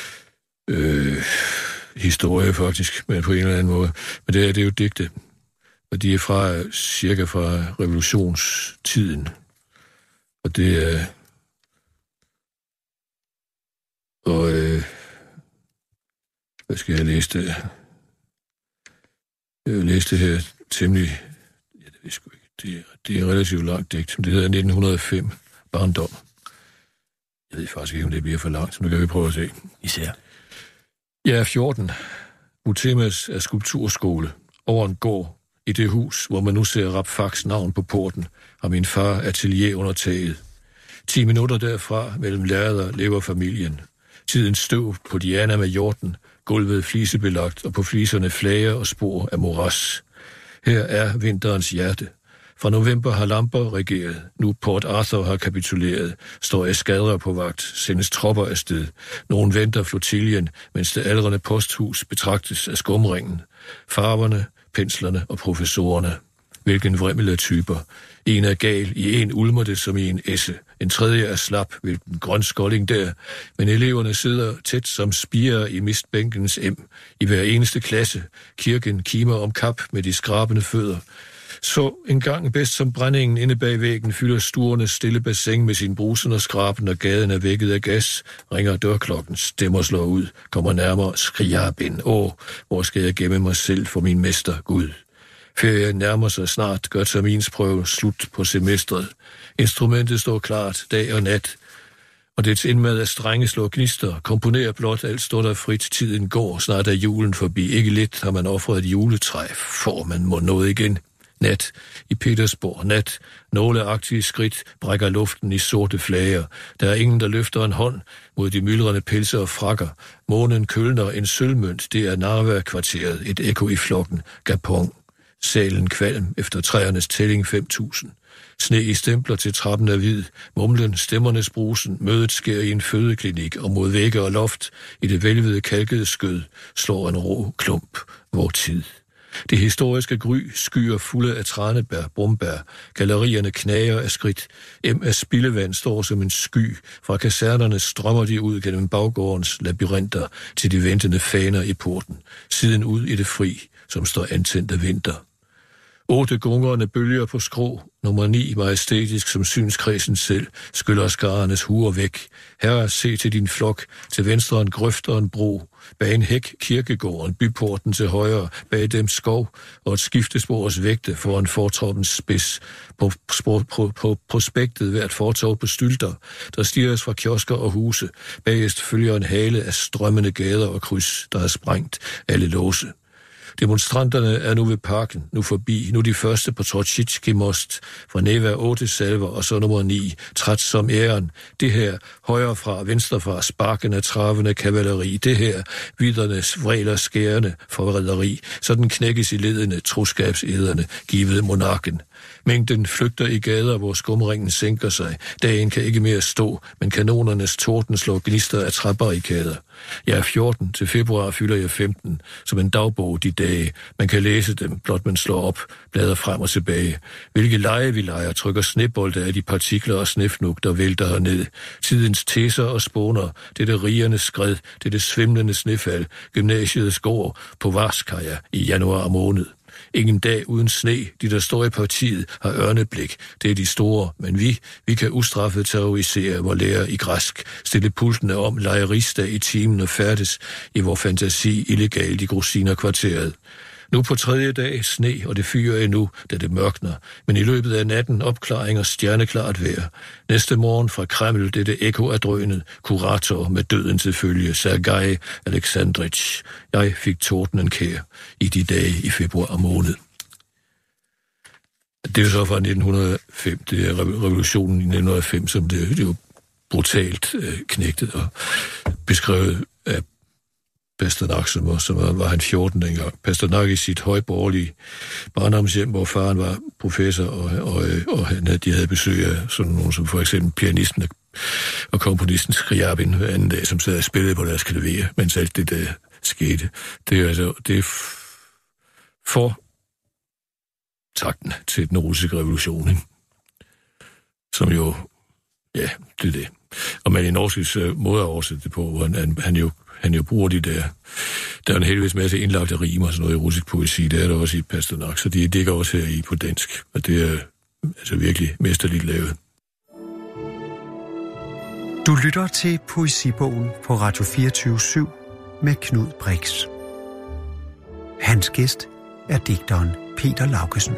historie, faktisk, men på en eller anden måde. Men det er jo digte, og de er cirka fra revolutionstiden. Og det er... hvad skal jeg læse det? Jeg vil læse det her temmelig... Ja, det ved jeg sgu ikke. Det er relativt langt digt. Det hedder 1905. Barndom. Jeg ved faktisk ikke, om det bliver for langt, så nu kan vi prøve at se. Især. Jeg er 14. Utemas er skulpturskole. Over en gård i det hus, hvor man nu ser Rapfaks navn på porten, har min far atelier under taget. 10 minutter derfra, mellem lærreder, lever familien. Tidens støv på Diana med hjorten, gulvet flisebelagt og på fliserne flager og spor af moras. Her er vinterens hjerte. Fra november har lamper regeret. Nu Port Arthur har kapituleret. Står eskadrer på vagt. Sendes tropper afsted. Nogen venter flotiljen, mens det aldrende posthus betragtes af skumringen. Farverne, penslerne og professorerne. Hvilken vrimmel af typer. En er gal, i en ulmer det som i en esse. En tredje er slap, hvilken grøn skolding der. Men eleverne sidder tæt som spirer i mistbænkens i hver eneste klasse. Kirken kimer om kap med de skrabende fødder. Så en gang bedst som brændingen inde bag væggen fylder stuernes stille bassin med sin brusen og skraben, og gaden er vækket af gas, ringer dørklokken, stemmer slår ud, kommer nærmere, skriger bind. Hvor skal jeg gemme mig selv for min mester Gud? Ferien nærmer sig snart, gør terminsprøve slut på semestret. Instrumentet står klart dag og nat, og dets indmad af strenge slår gnister. Komponerer blot, alt står der frit, tiden går, snart er julen forbi. Ikke lidt har man offret et juletræ, får man må noget igen. Nat i Petersborg, nat, nåleagtige skridt brækker luften i sorte flager. Der er ingen, der løfter en hånd mod de myldrende pelser og frakker. Månen kølner en sølvmønt, det er Narva-kvarteret, et ekko i flokken, Gapon. Salen kvalm efter træernes tælling 5.000. Sne i stempler til trappen er hvid, mumlen, stemmernes brusen, mødet sker i en fødeklinik, og mod vægge og loft, i det velvede kalkede skød, slår en rå klump, vor tid. Det historiske gry skyer fulde af tranebær, brumbær, gallerierne knager af skridt, af spildevand står som en sky, fra kasernerne strømmer de ud gennem baggårdens labyrinter til de ventende faner i porten, siden ud i det fri, som står antændt af vinter. 8 gungrende bølger på skrå, nummer 9 majestætisk som synskredsen selv, skyller skarernes huer væk. Herre, se til din flok, til venstre en grøft og en bro, bag en hæk kirkegården, byporten til højre, bag dem skov og et skiftespors vægte foran fortorpens spids. På prospektet hvert fortov på stylter, der stiges fra kiosker og huse, bagest følger en hale af strømmende gader og kryds, der har sprængt alle låse. Demonstranterne er nu ved parken, nu forbi, nu de første på Trotsjitski-most, fra Neva 8 salver og så nummer 9, træt som æren. Det her, højre fra, venstre fra, sparkende, travende kavaleri. Det her, viddernes vræler skærende forræderi. Sådan knækkes i ledene, troskabsæderne, givet monarken. Mængden flygter i gader, hvor skumringen sænker sig. Dagen kan ikke mere stå, men kanonernes torden slår gnister af træbarrikader. Jeg er 14, til februar fylder jeg 15, som en dagbog de dage. Man kan læse dem, blot man slår op, bladrer frem og tilbage. Hvilke lege vi leger, trykker snebolde af de partikler og snefnug, der vælter herned. Tidens teser og spåner, det rigerne skred, det svimlende snefald, gymnasiets gård på Varskaja i januar måned. Ingen dag uden sne, de der står i partiet, har ørneblik. Det er de store, men vi kan ustraffet terrorisere vor lærer i græsk, stille pultene om, lege rigsdag i timen og færdes i vor fantasi illegalt i Grosinerkvarteret. Nu på 3. dag sne, og det fyrer endnu, da det mørkner. Men i løbet af natten opklaring og stjerneklart vejr. Næste morgen fra Kreml, det ekko af drønet. Kurator med døden til følge. Sergej Alexandrich. Jeg fik tordenen kær i de dage i februar måned. Det er jo så fra 1905. Det er revolutionen i 1905, som det jo brutalt knægtet og beskrevet af Pasternak, som var han 14 dengang. Pasternak i sit højborgerlige barndomshjem, hvor faren var professor, og de havde besøg af sådan nogen som for eksempel pianisten og komponisten Skriabin hver anden dag, som sad og spillede på deres klaver, mens alt det der skete. Det er for takten til den russiske revolution, ikke? Som jo, ja, det er det. Og man i norskets måde at oversætte det på, hvor han jo bruger de der... Der er en helvedes masse indlagte rimer og sådan noget i russisk poesi, det er der også i Pasternak, så det dækker også her i på dansk, og det er altså virkelig mesterligt lavet. Du lytter til Poesibogen på Radio 24/7 med Knud Brix. Hans gæst er digteren Peter Laugesen.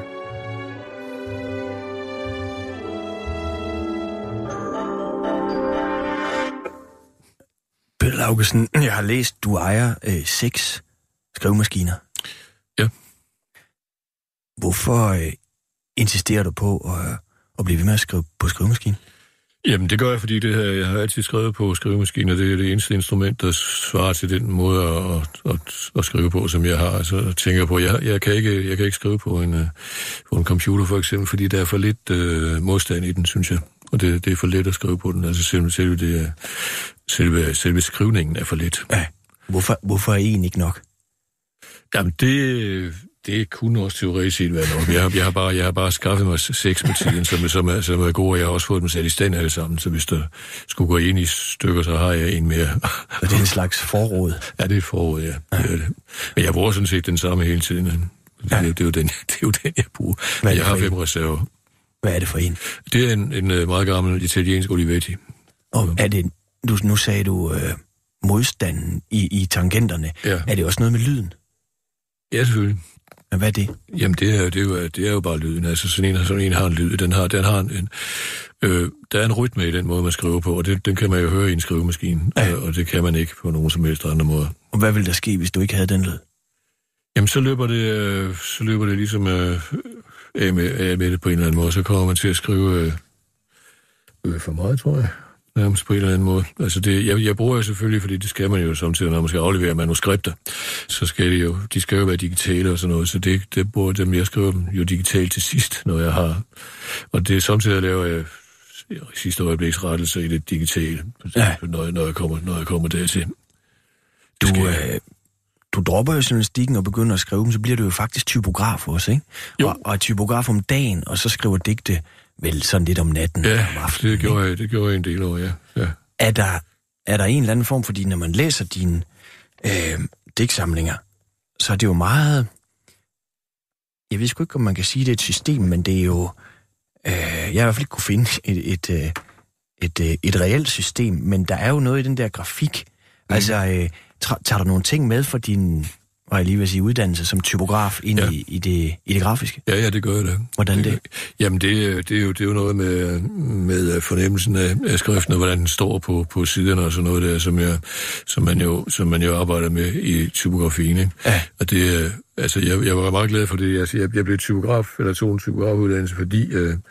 Peter Laugesen, jeg har læst, du ejer 6 skrivemaskiner. Ja. Hvorfor insisterer du på at blive ved med at skrive på skrivemaskinen? Jamen, det gør jeg, fordi jeg har altid skrevet på skrivemaskiner. Det er det eneste instrument, der svarer til den måde at skrive på, som jeg har. Så tænker jeg på, jeg kan ikke skrive på en computer, for eksempel, fordi der er for lidt modstand i den, synes jeg. Og det er for let at skrive på den. Altså selve skrivningen er for let. Ja. Hvorfor er en ikke nok? Jamen, det kunne også teoretisk set være nok. Jeg har bare skaffet mig 6 med tiden, som er gode, og jeg har også fået dem sat i stand alle sammen, så hvis der skulle gå ind i stykker, så har jeg en mere. Og det er en slags forråd? Ja, det er et forråd, ja. Det er det. Men jeg bruger sådan set den samme hele tiden. Ja. Det er jo den, jeg bruger. Jeg har 5 reserver. Hvad er det for en? Det er en meget gammel italiensk Olivetti. Og er det, nu sagde du modstanden i tangenterne. Ja. Er det også noget med lyden? Ja, selvfølgelig. Men hvad er det? Jamen, det er jo bare lyden. Altså, sådan en har en lyd. Den har der er en rytme i den måde, man skriver på, og den kan man jo høre i en skrivemaskine, ja. Og det kan man ikke på nogen som helst andre måder. Og hvad ville der ske, hvis du ikke havde den lyd? Jamen, så løber det ligesom af med det på en eller anden måde. Så kommer man til at skrive for meget, tror jeg. Nærmest på en eller anden måde. Altså jeg bruger jo selvfølgelig, fordi det skal man jo samtidig, når man skal aflevere manuskripter, så skal de skal jo være digitale og sådan noget, så det bruger dem, jeg skriver dem jo digitalt til sidst, når jeg har. Og det samtidig laver jeg sidste øjebliksrettelse i det digitale, ja. når jeg kommer dertil. Du dropper jo journalistikken og begynder at skrive dem, så bliver du jo faktisk typograf også, ikke? Jo. Og typograf om dagen, og så skriver digte vel sådan lidt om natten. Ja, om aftenen, det gjorde jeg en del over, ja. Er der en eller anden form, fordi når man læser dine digtsamlinger, så er det jo meget... Jeg ved sgu ikke, om man kan sige, det er et system, men det er jo... jeg har i hvert fald ikke kunne finde et reelt system, men der er jo noget i den der grafik. Altså, tager du nogle ting med for din... Og jeg lige vil sige uddannelse som typograf ind i det grafiske? Ja, det gør jeg da. Hvordan det? Jamen, det er jo noget med fornemmelsen af skriften, og hvordan den står på siderne og sådan noget der, som man jo arbejder med i typografien, ikke? Ja. Og det, altså, jeg var meget glad for det. Altså, jeg blev typograf, eller tog en typografuddannelse, fordi...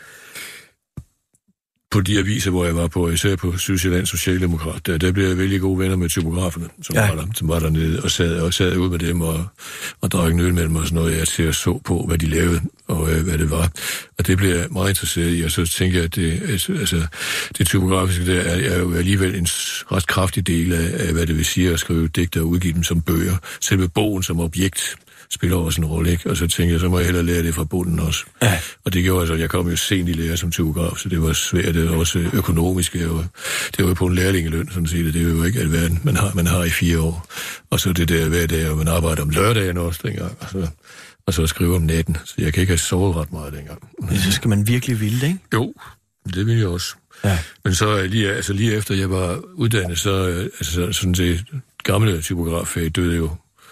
på de aviser, hvor jeg var på, især på Sydsjællands Socialdemokrat, der blev jeg vældig gode venner med typograferne, som var dernede, og sad ud med dem og drak en øl med dem og sådan noget, jeg til at så på, hvad de lavede, og hvad det var. Og det blev jeg meget interesseret i, og så tænker jeg, at det typografiske der er jo alligevel en ret kraftig del af, hvad det vil sige at skrive digter og udgive dem som bøger. Selve bogen som objekt spiller også en rolle, ikke? Og så tænkte jeg, så må jeg hellere lære det fra bunden også. Ja. Og det gjorde altså, jeg kom jo sent i lære som typograf, så det var svært, det var også økonomisk. Det var jo på en lærlingeløn, sådan set. Det er jo ikke alverden, man har i 4 år. Og så det der hver dag, og man arbejder om lørdagen også dengang, og så skrive om natten. Så jeg kan ikke have sovet ret meget dengang. Så skal man virkelig ville det, ikke? Jo, det vil jeg også. Ja. Men så lige efter jeg var uddannet, så sådan det gamle typograf døde jo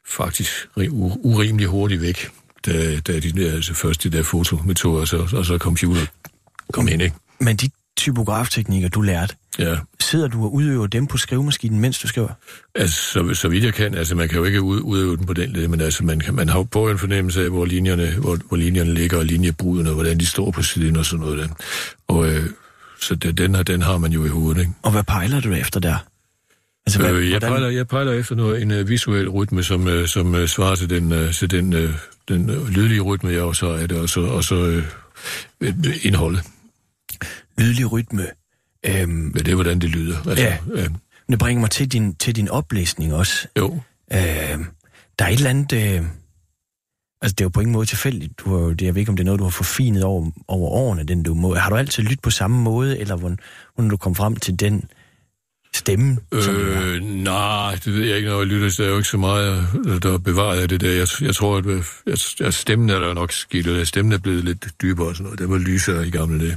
faktisk urimelig hurtigt væk, da først de der fotometoder, og så computer kom ind, ikke? Men de typografteknikker, du lærte, ja. Sidder du og udøver dem på skrivemaskinen, mens du skriver? Altså, så vidt jeg kan, altså man kan jo ikke udøve den på den led, men altså man har jo en fornemmelse af, hvor linjerne ligger, og linjebrudene, og hvordan de står på siden og sådan noget der. Og så den har man jo i hovedet, ikke? Og hvad pejler du efter der? Altså, jeg pejler efter en visuel rytme, som svarer til den lydlige rytme, jeg også har af det, og så indholdet. Lydlig rytme. Men det er, hvordan det lyder. Altså, ja. Det bringer mig til din oplæsning også. Jo. Der er et eller andet... altså, det er jo på ingen måde tilfældigt. Jeg ved ikke, om det er noget, du har forfinet over årene. Har du altid lyttet på samme måde, eller hvordan du kom frem til den stemme? Nej, det ved jeg ikke, når jeg lytter. Der er jo ikke så meget, der bevarer det der. Jeg tror, at stemmen er der nok sket, eller stemmen er blevet lidt dybere og sådan noget. Det var lysere i gamle dage.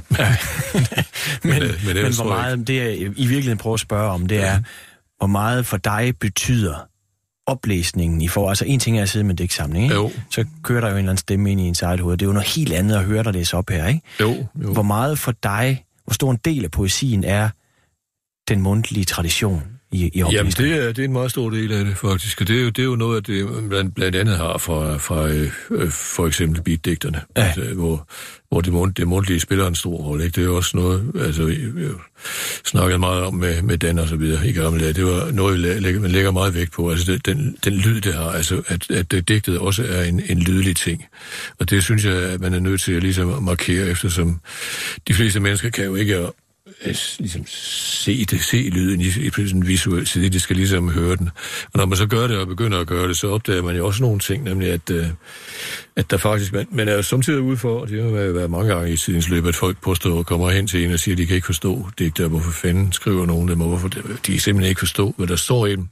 men hvor meget, det jeg i virkeligheden prøver at spørge om, det er, hvor meget for dig betyder oplæsningen i forhold. Altså en ting er at sidde med digtsamling, ikke? Jo. Så kører der jo en eller anden stemme ind i ens eget hoved. Det er jo noget helt andet at høre dig læse op her, ikke? Jo. Hvor meget for dig, hvor stor en del af poesien er den mundtlige tradition i oplæsningen? Jamen, det er en meget stor del af det, faktisk. Og det er jo noget af det, blandt andet har fra for eksempel beatdigterne, ja. Altså, hvor det mundtlige spiller en stor rolle, ikke? Det er jo også noget, altså, jeg snakkede meget om med Dan og så videre i gamle dage. Det var noget, man lægger meget vægt på. Altså, den lyd, det har, altså, at digtet også er en lydlig ting. Og det synes jeg, at man er nødt til at ligesom markere, eftersom de fleste mennesker kan jo ikke ligesom se lyden i sådan visuelt, så de skal ligesom høre den. Og når man så gør det og begynder at gøre det, så opdager man jo også nogle ting, nemlig at der faktisk, man er jo samtidig ude for, og det har været mange gange i tidens løb, at folk påstår og kommer hen til en og siger, at de kan ikke forstå digter, hvorfor fanden skriver nogen dem, og hvorfor de simpelthen ikke forstå, hvad der står i dem.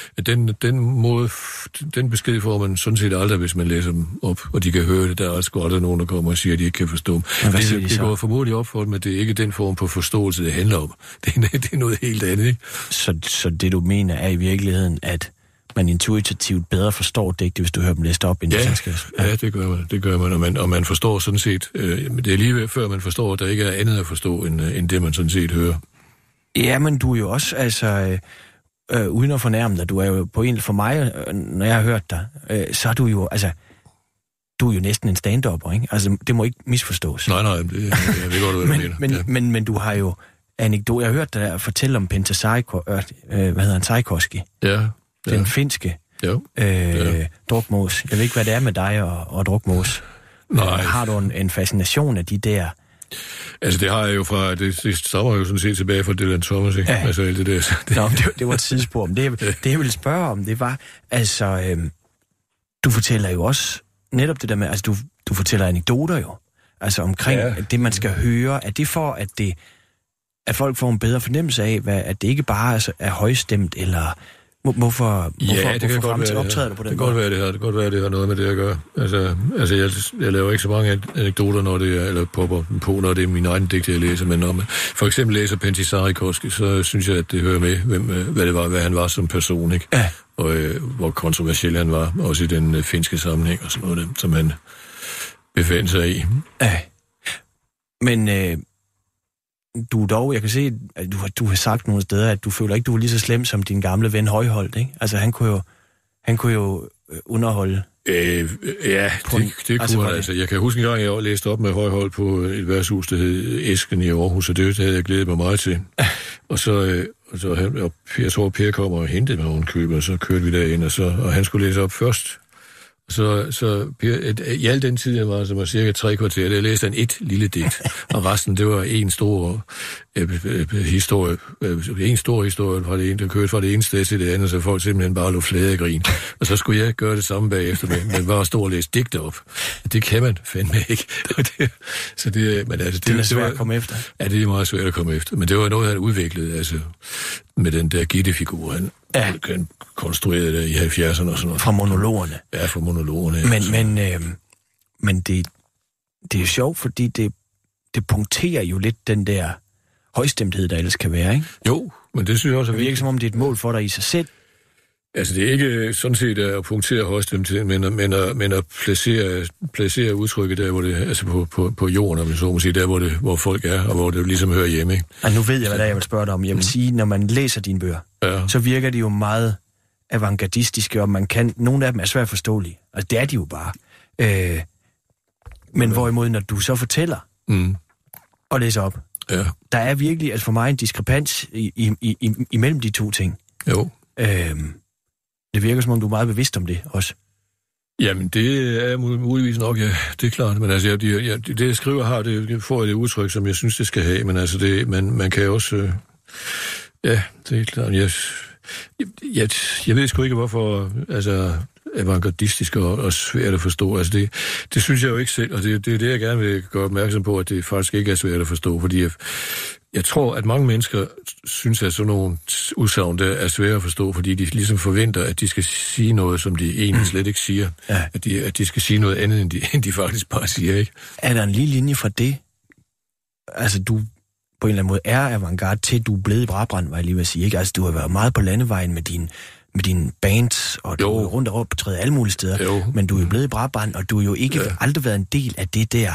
Den besked får man sådan set aldrig, hvis man læser dem op, og de kan høre det. Der er også aldrig nogen, der kommer og siger, at de ikke kan forstå dem. Det går formodentlig op for dem, at det ikke er den form på forståelse, det handler om. Det er noget helt andet, ikke? Så det, du mener, er i virkeligheden, at man intuitivt bedre forstår digte, hvis du hører dem læst op, end ja, ja, det gør man, og man forstår sådan set, det er lige før man forstår, at der ikke er andet at forstå, end det, man sådan set hører. Ja, men du er jo også, altså, uden at fornærme dig, du er jo på en, for mig, når jeg har hørt dig, så er du jo, altså, du er jo næsten en stand-upper, ikke? Altså, det må ikke misforstås. Nej, jeg ved godt, hvad du mener. Men du har jo anekdoter. Jeg har hørt dig fortælle om Tchaikovsky. Ja. Den finske drukmås. Jeg ved ikke, hvad det er med dig og drukmås. Nej. Har du en fascination af de der? Altså, det har jeg jo fra... Det stammer jo sådan set tilbage fra Dylan Thomas, ikke? Ja. Altså, alt det der. Nå, det var et tidsspor. Det jeg ville spørge om, det var... Altså, du fortæller jo også netop det der med... Altså, du fortæller anekdoter jo. Altså, omkring det, man skal høre. Er det for, at folk får en bedre fornemmelse af, at det ikke bare er højstemt, eller... Hvorfor optræder du på den måde? Det kan godt være, det har noget med det at gøre. Altså jeg laver ikke så mange anekdoter, når det er, eller popper på, når det er mine egne digte, jeg læser, men når man for eksempel læser Pentti Sarrikoski, så synes jeg, at det hører med, hvad han var som person, ikke? Ja. Og hvor kontroversiel han var, også i den finske sammenhæng og sådan noget, som han befandt sig i. Ja. Men du dog, jeg kan se, at du har sagt nogle steder, at du føler ikke, du er lige så slem som din gamle ven Højholt, ikke? Altså, han kunne jo underholde. Ja, det kunne han. Altså, jeg kan huske en gang, jeg læste op med Højholt på et værtshus, der hed Esken i Aarhus, og det havde jeg glædet mig meget til. Og jeg tror, Per kom og hentede mig nogle køber, og så kørte vi derind, og han skulle læse op først. Så i al den tid, jeg var, som var cirka 3 kvarter, der læste han et lille digt, og resten, det var en stor historie. En stor historie fra det ene, der kørte fra det ene sted til det andet, så folk simpelthen bare lå flade og grin. Og så skulle jeg gøre det samme bagefter, men bare stå og læse digte op. Det kan man fandme ikke. Det er svært at komme efter. Ja, det er meget svært at komme efter. Men det var noget, han udviklede, altså med den der Gitte-figur, han konstruerede det i 70'erne og sådan noget. Fra monologerne. Ja, fra monologerne. Men det er jo sjovt, fordi det punkterer jo lidt den der højstemthed, der ellers kan være, ikke? Jo, men det synes jeg også det virker som om, det er et mål for dig i sig selv. Altså, det er ikke sådan set at punktere højstemt til, men at placere udtrykket der, hvor det, altså på jorden, om man så må sige, der, hvor folk er, og hvor det ligesom hører hjemme, ikke? Og nu ved jeg, hvad det er, jeg vil spørge dig om. Jeg vil sige, når man læser dine bøger, så virker de jo meget avantgardistiske, og nogle af dem er svært forståelige. Altså, det er de jo bare. Men hvorimod, når du så fortæller og læser op, der er virkelig, altså for mig, en diskrepans imellem de to ting. Jo. Det virker, som om du er meget bevidst om det også. Jamen, det er muligvis nok, ja, det er klart. Men altså, det jeg skriver har, det får det udtryk, som jeg synes, det skal have. Men altså, man kan også... ja, det er klart. Jeg ved sgu ikke, hvorfor... Altså, avantgardistisk og svært at forstå. Altså, det synes jeg jo ikke selv, og det er det, jeg gerne vil gøre opmærksom på, at det faktisk ikke er svært at forstå, fordi jeg tror, at mange mennesker synes, at sådan nogle udsagn der er svære at forstå, fordi de ligesom forventer, at de skal sige noget, som de egentlig slet ikke siger. Ja. At de skal sige noget andet, end de faktisk bare siger, ikke? Er der en lige linje fra det? Altså, du på en eller anden måde er avantgarde til, du er blevet i Brabrand, var jeg lige ved at sige, ikke? Altså, du har været meget på landevejen med dine bands, og du er rundt og optræde alle mulige steder, men du er blevet i Brabrand, og du har jo ikke aldrig været en del af det der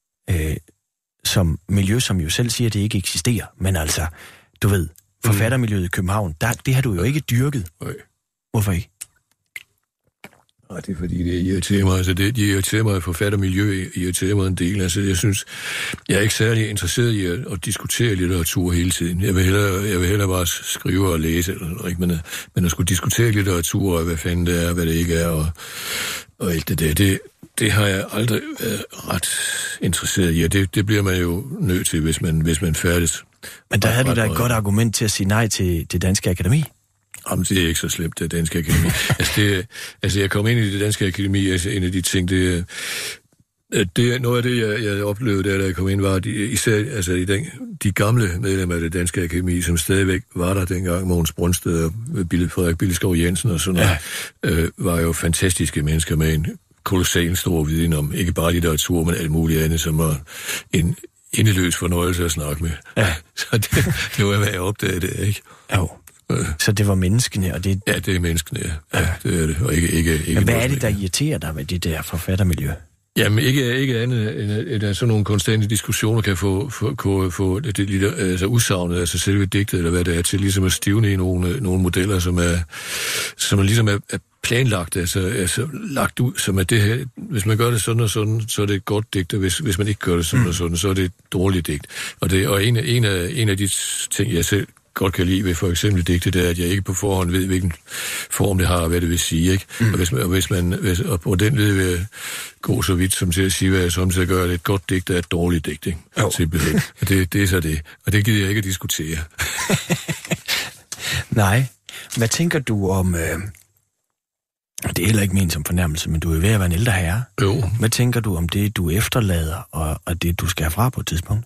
som miljø, som jo selv siger, at det ikke eksisterer. Men altså, du ved, forfattermiljøet i København, det har du jo ikke dyrket. Nej. Hvorfor ikke? Og det er fordi, det irriterer mig. Altså, det irriterer mig, at forfattermiljø irriterer mig en del. Altså, jeg synes, jeg er ikke særlig interesseret i at diskutere litteratur hele tiden. Jeg vil hellere bare skrive og læse, eller noget, ikke? Men at skulle diskutere litteratur, og hvad fanden det er, hvad det ikke er, og alt det der, det har jeg aldrig været ret interesseret i. Det bliver man jo nødt til, hvis man færdes. Men der havde du da et godt argument til at sige nej til det Danske Akademi. Jamen, det er ikke så slemt, det Danske Akademi. Jeg kom ind i det Danske Akademi, altså en af de ting, det er noget af det, jeg oplevede, da jeg kom ind, var især altså, de gamle medlemmer af det Danske Akademi, som stadigvæk var der dengang, Mogens Brunsted og Frederik Billeskov Jensen og sådan noget, var jo fantastiske mennesker med en kolossal stor viden om ikke bare litteratur, men alt muligt andet, som var en endeløs fornøjelse at snakke med. Ja. Så det var, hvad jeg opdagede det, ikke? Jo. Så det var menneskene, og det... Ja, det er menneskene, ja. Det er det, og ikke men hvad er det, der irriterer dig ved det der forfattermiljø? Jamen, ikke andet, end at sådan nogle konstante diskussioner kan få det, altså udsagnet, altså selve digtet, eller hvad det er, til ligesom at stivne i nogle modeller, som ligesom er planlagt, altså lagt ud, som er det her, hvis man gør det sådan og sådan, så er det et godt digt, og hvis man ikke gør det sådan og sådan, så er det et dårligt digt. Og en af de ting, jeg selv godt kan lide ved for eksempel digte, det er, at jeg ikke på forhånd ved, hvilken form det har, og hvad det vil sige, ikke? Og på den ved jeg gå så vidt som til at sige, hvad jeg som til at gøre, at et godt digt er et dårligt digt, ikke? Simpelthen. Og det er så det. Og det gider jeg ikke at diskutere. Nej. Hvad tænker du om... Det er heller ikke ment som fornærmelse, men du er ved at være en ældre herre. Jo. Hvad tænker du om det, du efterlader, og det, du skal herfra på et tidspunkt?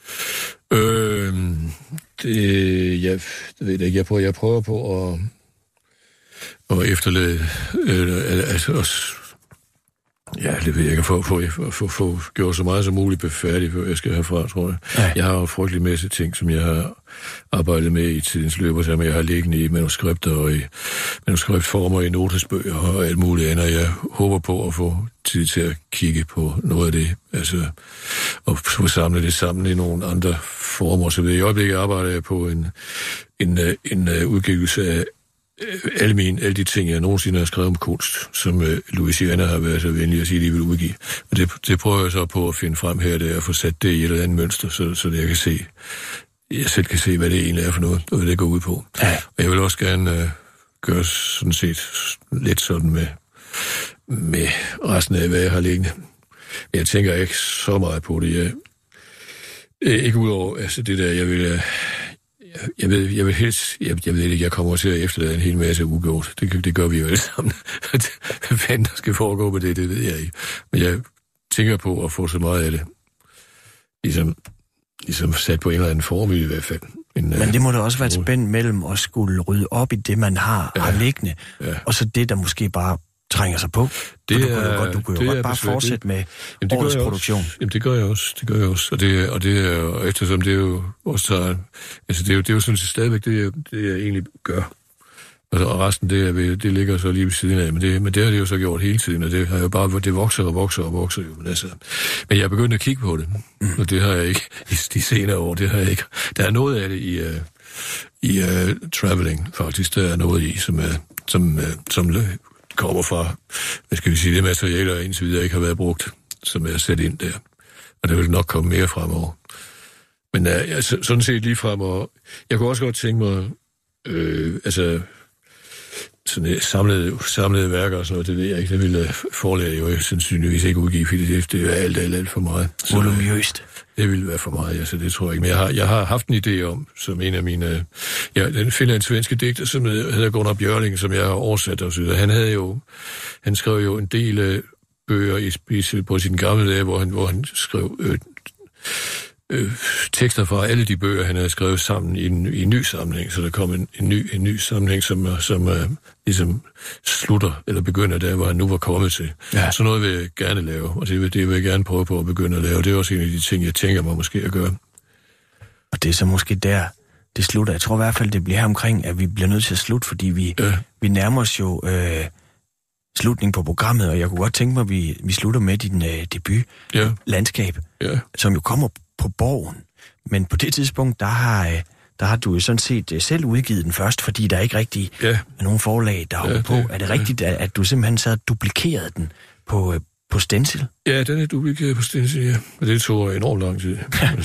Jeg ved ikke. Jeg prøver på at efterlade, det ved jeg ikke, få gjort så meget som muligt færdigt, før jeg skal herfra, tror jeg. Ja. Jeg har jo en frygtelig masse ting, som jeg har arbejdet med i tidens løb, som jeg har liggende i manuskripter og i manuskriptformer, i notesbøger og alt muligt andet. Jeg håber på at få tid til at kigge på noget af det, altså, og få samlet det sammen i nogle andre former. Så i øjeblikket arbejder jeg på en udgivelse af alle de ting, jeg nogensinde har skrevet om kunst, som Louisiana har været så venlig at sige, at de vil udgive. Og det prøver jeg så på at finde frem her, det er at få sat det i et eller andet mønster, så jeg selv kan se, hvad det egentlig er for noget, og hvad det går ud på. Ja. Og jeg vil også gerne gøre sådan set lidt sådan med resten af, hvad jeg har liggende. Men jeg tænker ikke så meget på det. Ikke udover altså det der, jeg vil helst, jeg ved ikke, jeg kommer til at efterlade en hel masse ugjort. Det gør vi jo alle sammen. Hvad fanden der skal foregå med det ved jeg ikke. Men jeg tænker på at få så meget af det, ligesom sat på en eller anden form i hvert fald. Men det må da også være et spænd mellem at skulle rydde op i det, man har liggende, og så det, der måske bare trænger sig på. Du kunne jo godt bare fortsætte med årets produktion. Jamen, det gør jeg også. Og eftersom det jo også tager... Altså, det er jo sådan set stadigvæk det, jeg egentlig gør. Og resten, det ligger så lige ved siden af, men det har det jo så gjort hele tiden, og det har jo bare, det vokser jo. Men jeg er begyndt at kigge på det, og det har jeg ikke i de senere år, det har jeg ikke. Der er noget af det i traveling, faktisk, der er noget i, som kommer fra, hvad skal vi sige, det materialer, indtil videre ikke har været brugt, som er sat ind der. Og der vil nok komme mere fremover. Men sådan set lige fremover, jeg kunne også godt tænke mig, sådan samlede værker og sådan noget, det ved jeg ikke, det ville forlægge jo sandsynligvis ikke udgive, fordi det er alt for meget. Volumøst. Det ville være for meget, altså det tror jeg ikke. Men jeg har haft en idé om, som en af mine... den finder en svenske digter, som hedder Gunnar Bjørling, som jeg har oversat og så videre. Han skrev jo en del bøger på sin gamle dage, hvor han skrev tekster fra alle de bøger, han havde skrevet sammen i en ny sammenhæng, så der kom en ny sammenhæng, som ligesom slutter, eller begynder der, hvor han nu var kommet til. Ja. Så noget vil jeg gerne lave, og det vil jeg gerne prøve på at begynde at lave. Det er også en af de ting, jeg tænker mig måske at gøre. Og det er så måske der, det slutter. Jeg tror i hvert fald, det bliver her omkring, at vi bliver nødt til at slutte, fordi vi nærmer os jo slutning på programmet, og jeg kunne godt tænke mig, at vi slutter med din debut, Landskab, som jo kommer på Borgen. Men på det tidspunkt, der har du jo sådan set selv udgivet den først, fordi der ikke rigtig er nogen forlag, der er på. Er det rigtigt, at du simpelthen så duplikerede den på stencil? Ja, den er duplikeret på stencil, ja. Og det tog enormt lang tid.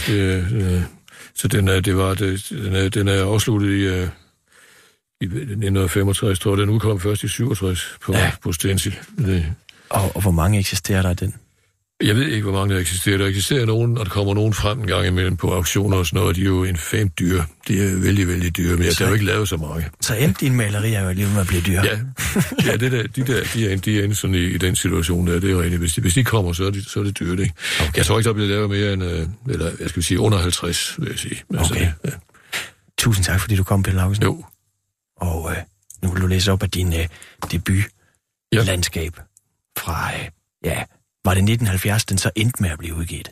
Så den er afsluttet i 1965, tror jeg. Den udkom først i 67 på stencil. Og hvor mange eksisterer der af den? Jeg ved ikke, hvor mange der eksisterer. Der eksisterer nogen, og der kommer nogen frem en gang imellem på auktioner og sådan noget, og de er jo infamt dyre. De er vældig, vældig dyre, men der er jo ikke lavet så mange. Så endte dine malerier jo alligevel med at blive dyre? Ja, de er inde sådan i den situation der, det er rigtigt. Hvis de kommer, så er det dyrt, ikke? Okay. Jeg tror ikke, der bliver lavet mere end, eller jeg skal sige, under 50, vil jeg sige. Altså, okay. Ja. Tusind tak, fordi du kom, Pelle Laugesen. Jo. Og nu vil du læse op af din debut, Landskab, fra, var det 1970, den så endte med at blive udgivet?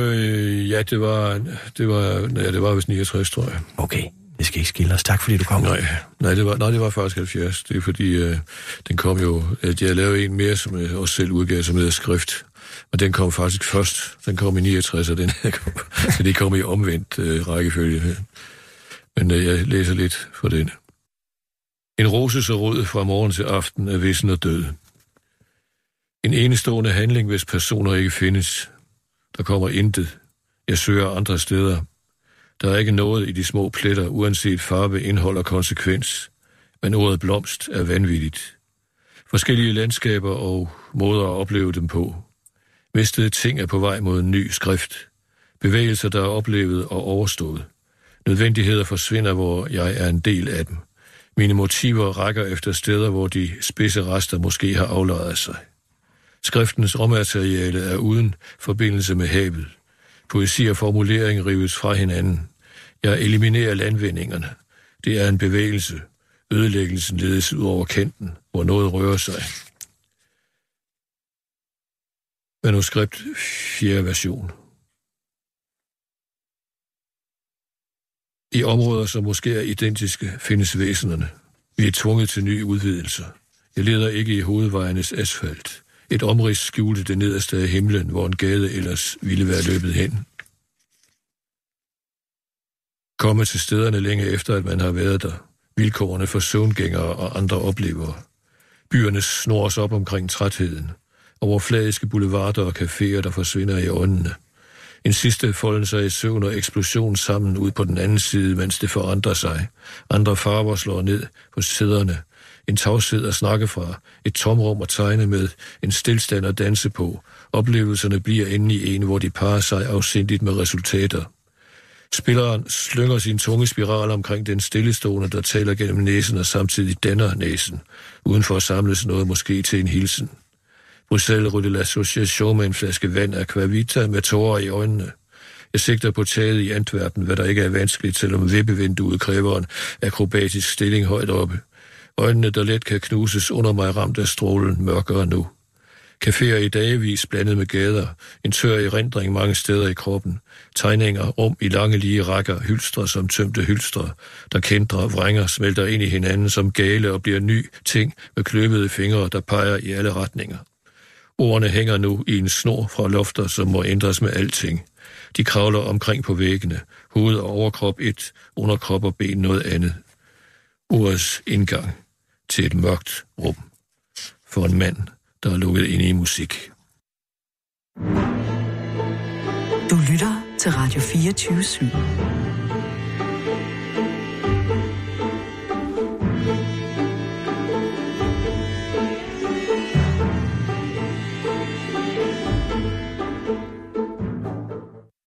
Det var vist 69, tror jeg. Okay, det skal ikke skille os. Tak, fordi du kom. Nej, det var faktisk 70. Det er fordi, den kom jo... Jeg lavede en mere, som jeg også selv udgav, som hedder Skrift. Og den kom faktisk først. Den kom i 69, og den så det kom i omvendt rækkefølge. Men jeg læser lidt fra den. En rose så rød fra morgen til aften er vissen og død. En enestående handling, hvis personer ikke findes. Der kommer intet. Jeg søger andre steder. Der er ikke noget i de små pletter, uanset farve, indhold og konsekvens. Men ordet blomst er vanvittigt. Forskellige landskaber og måder at opleve dem på. Mistede ting er på vej mod en ny skrift. Bevægelser, der er oplevet og overstået. Nødvendigheder forsvinder, hvor jeg er en del af dem. Mine motiver rækker efter steder, hvor de spidse rester måske har aflejret sig. Skriftens råmateriale er uden forbindelse med havet. Poesi og formulering rives fra hinanden. Jeg eliminerer landvindingerne. Det er en bevægelse. Ødelæggelsen ledes ud over kanten, hvor noget rører sig. Manuskript 4. version. I områder, som måske er identiske, findes væsenerne. Vi er tvunget til nye udvidelser. Jeg leder ikke i hovedvejenes asfalt. Et omrids skjulte det nederste af himlen, hvor en gade ellers ville være løbet hen. Komme til stederne længe efter, at man har været der. Vilkårene for søvngængere og andre oplevere. Byerne snores op omkring trætheden. Overfladiske boulevarder og caféer, der forsvinder i øjnene. En sidste folden sig i søvn og eksplosion sammen ud på den anden side, mens det forandrer sig. Andre farver slår ned på sæderne. En tavshed at snakke fra, et tomrum at tegne med, en stilstand at danse på. Oplevelserne bliver inde i en, hvor de parer sig afsindigt med resultater. Spilleren slynger sin tunge spiral omkring den stillestående, der taler gennem næsen og samtidig danner næsen, uden for at samles noget måske til en hilsen. Bruxelles Rue de l'Association med en flaske vand Aquavita med tårer i øjnene. Jeg sigter på taget i Antwerpen, hvad der ikke er vanskeligt, selvom vippevinduet kræver en akrobatisk stilling højt oppe. Øjnene, der let kan knuses under mig, ramt af strålen, mørkere nu. Caféer i dagevis blandet med gader, en tør erindring mange steder i kroppen, tegninger, rum i lange lige rækker, hylstre som tømte hylstre, der kændrer, vrænger, smelter ind i hinanden som gale og bliver ny ting med kløvede fingre, der peger i alle retninger. Ordene hænger nu i en snor fra lofter, som må ændres med alting. De kravler omkring på væggene, hoved og overkrop et, underkrop og ben noget andet. Ordets indgang til et mørkt rum. For en mand, der er lukket inde i musik. Du lytter til Radio 24/7.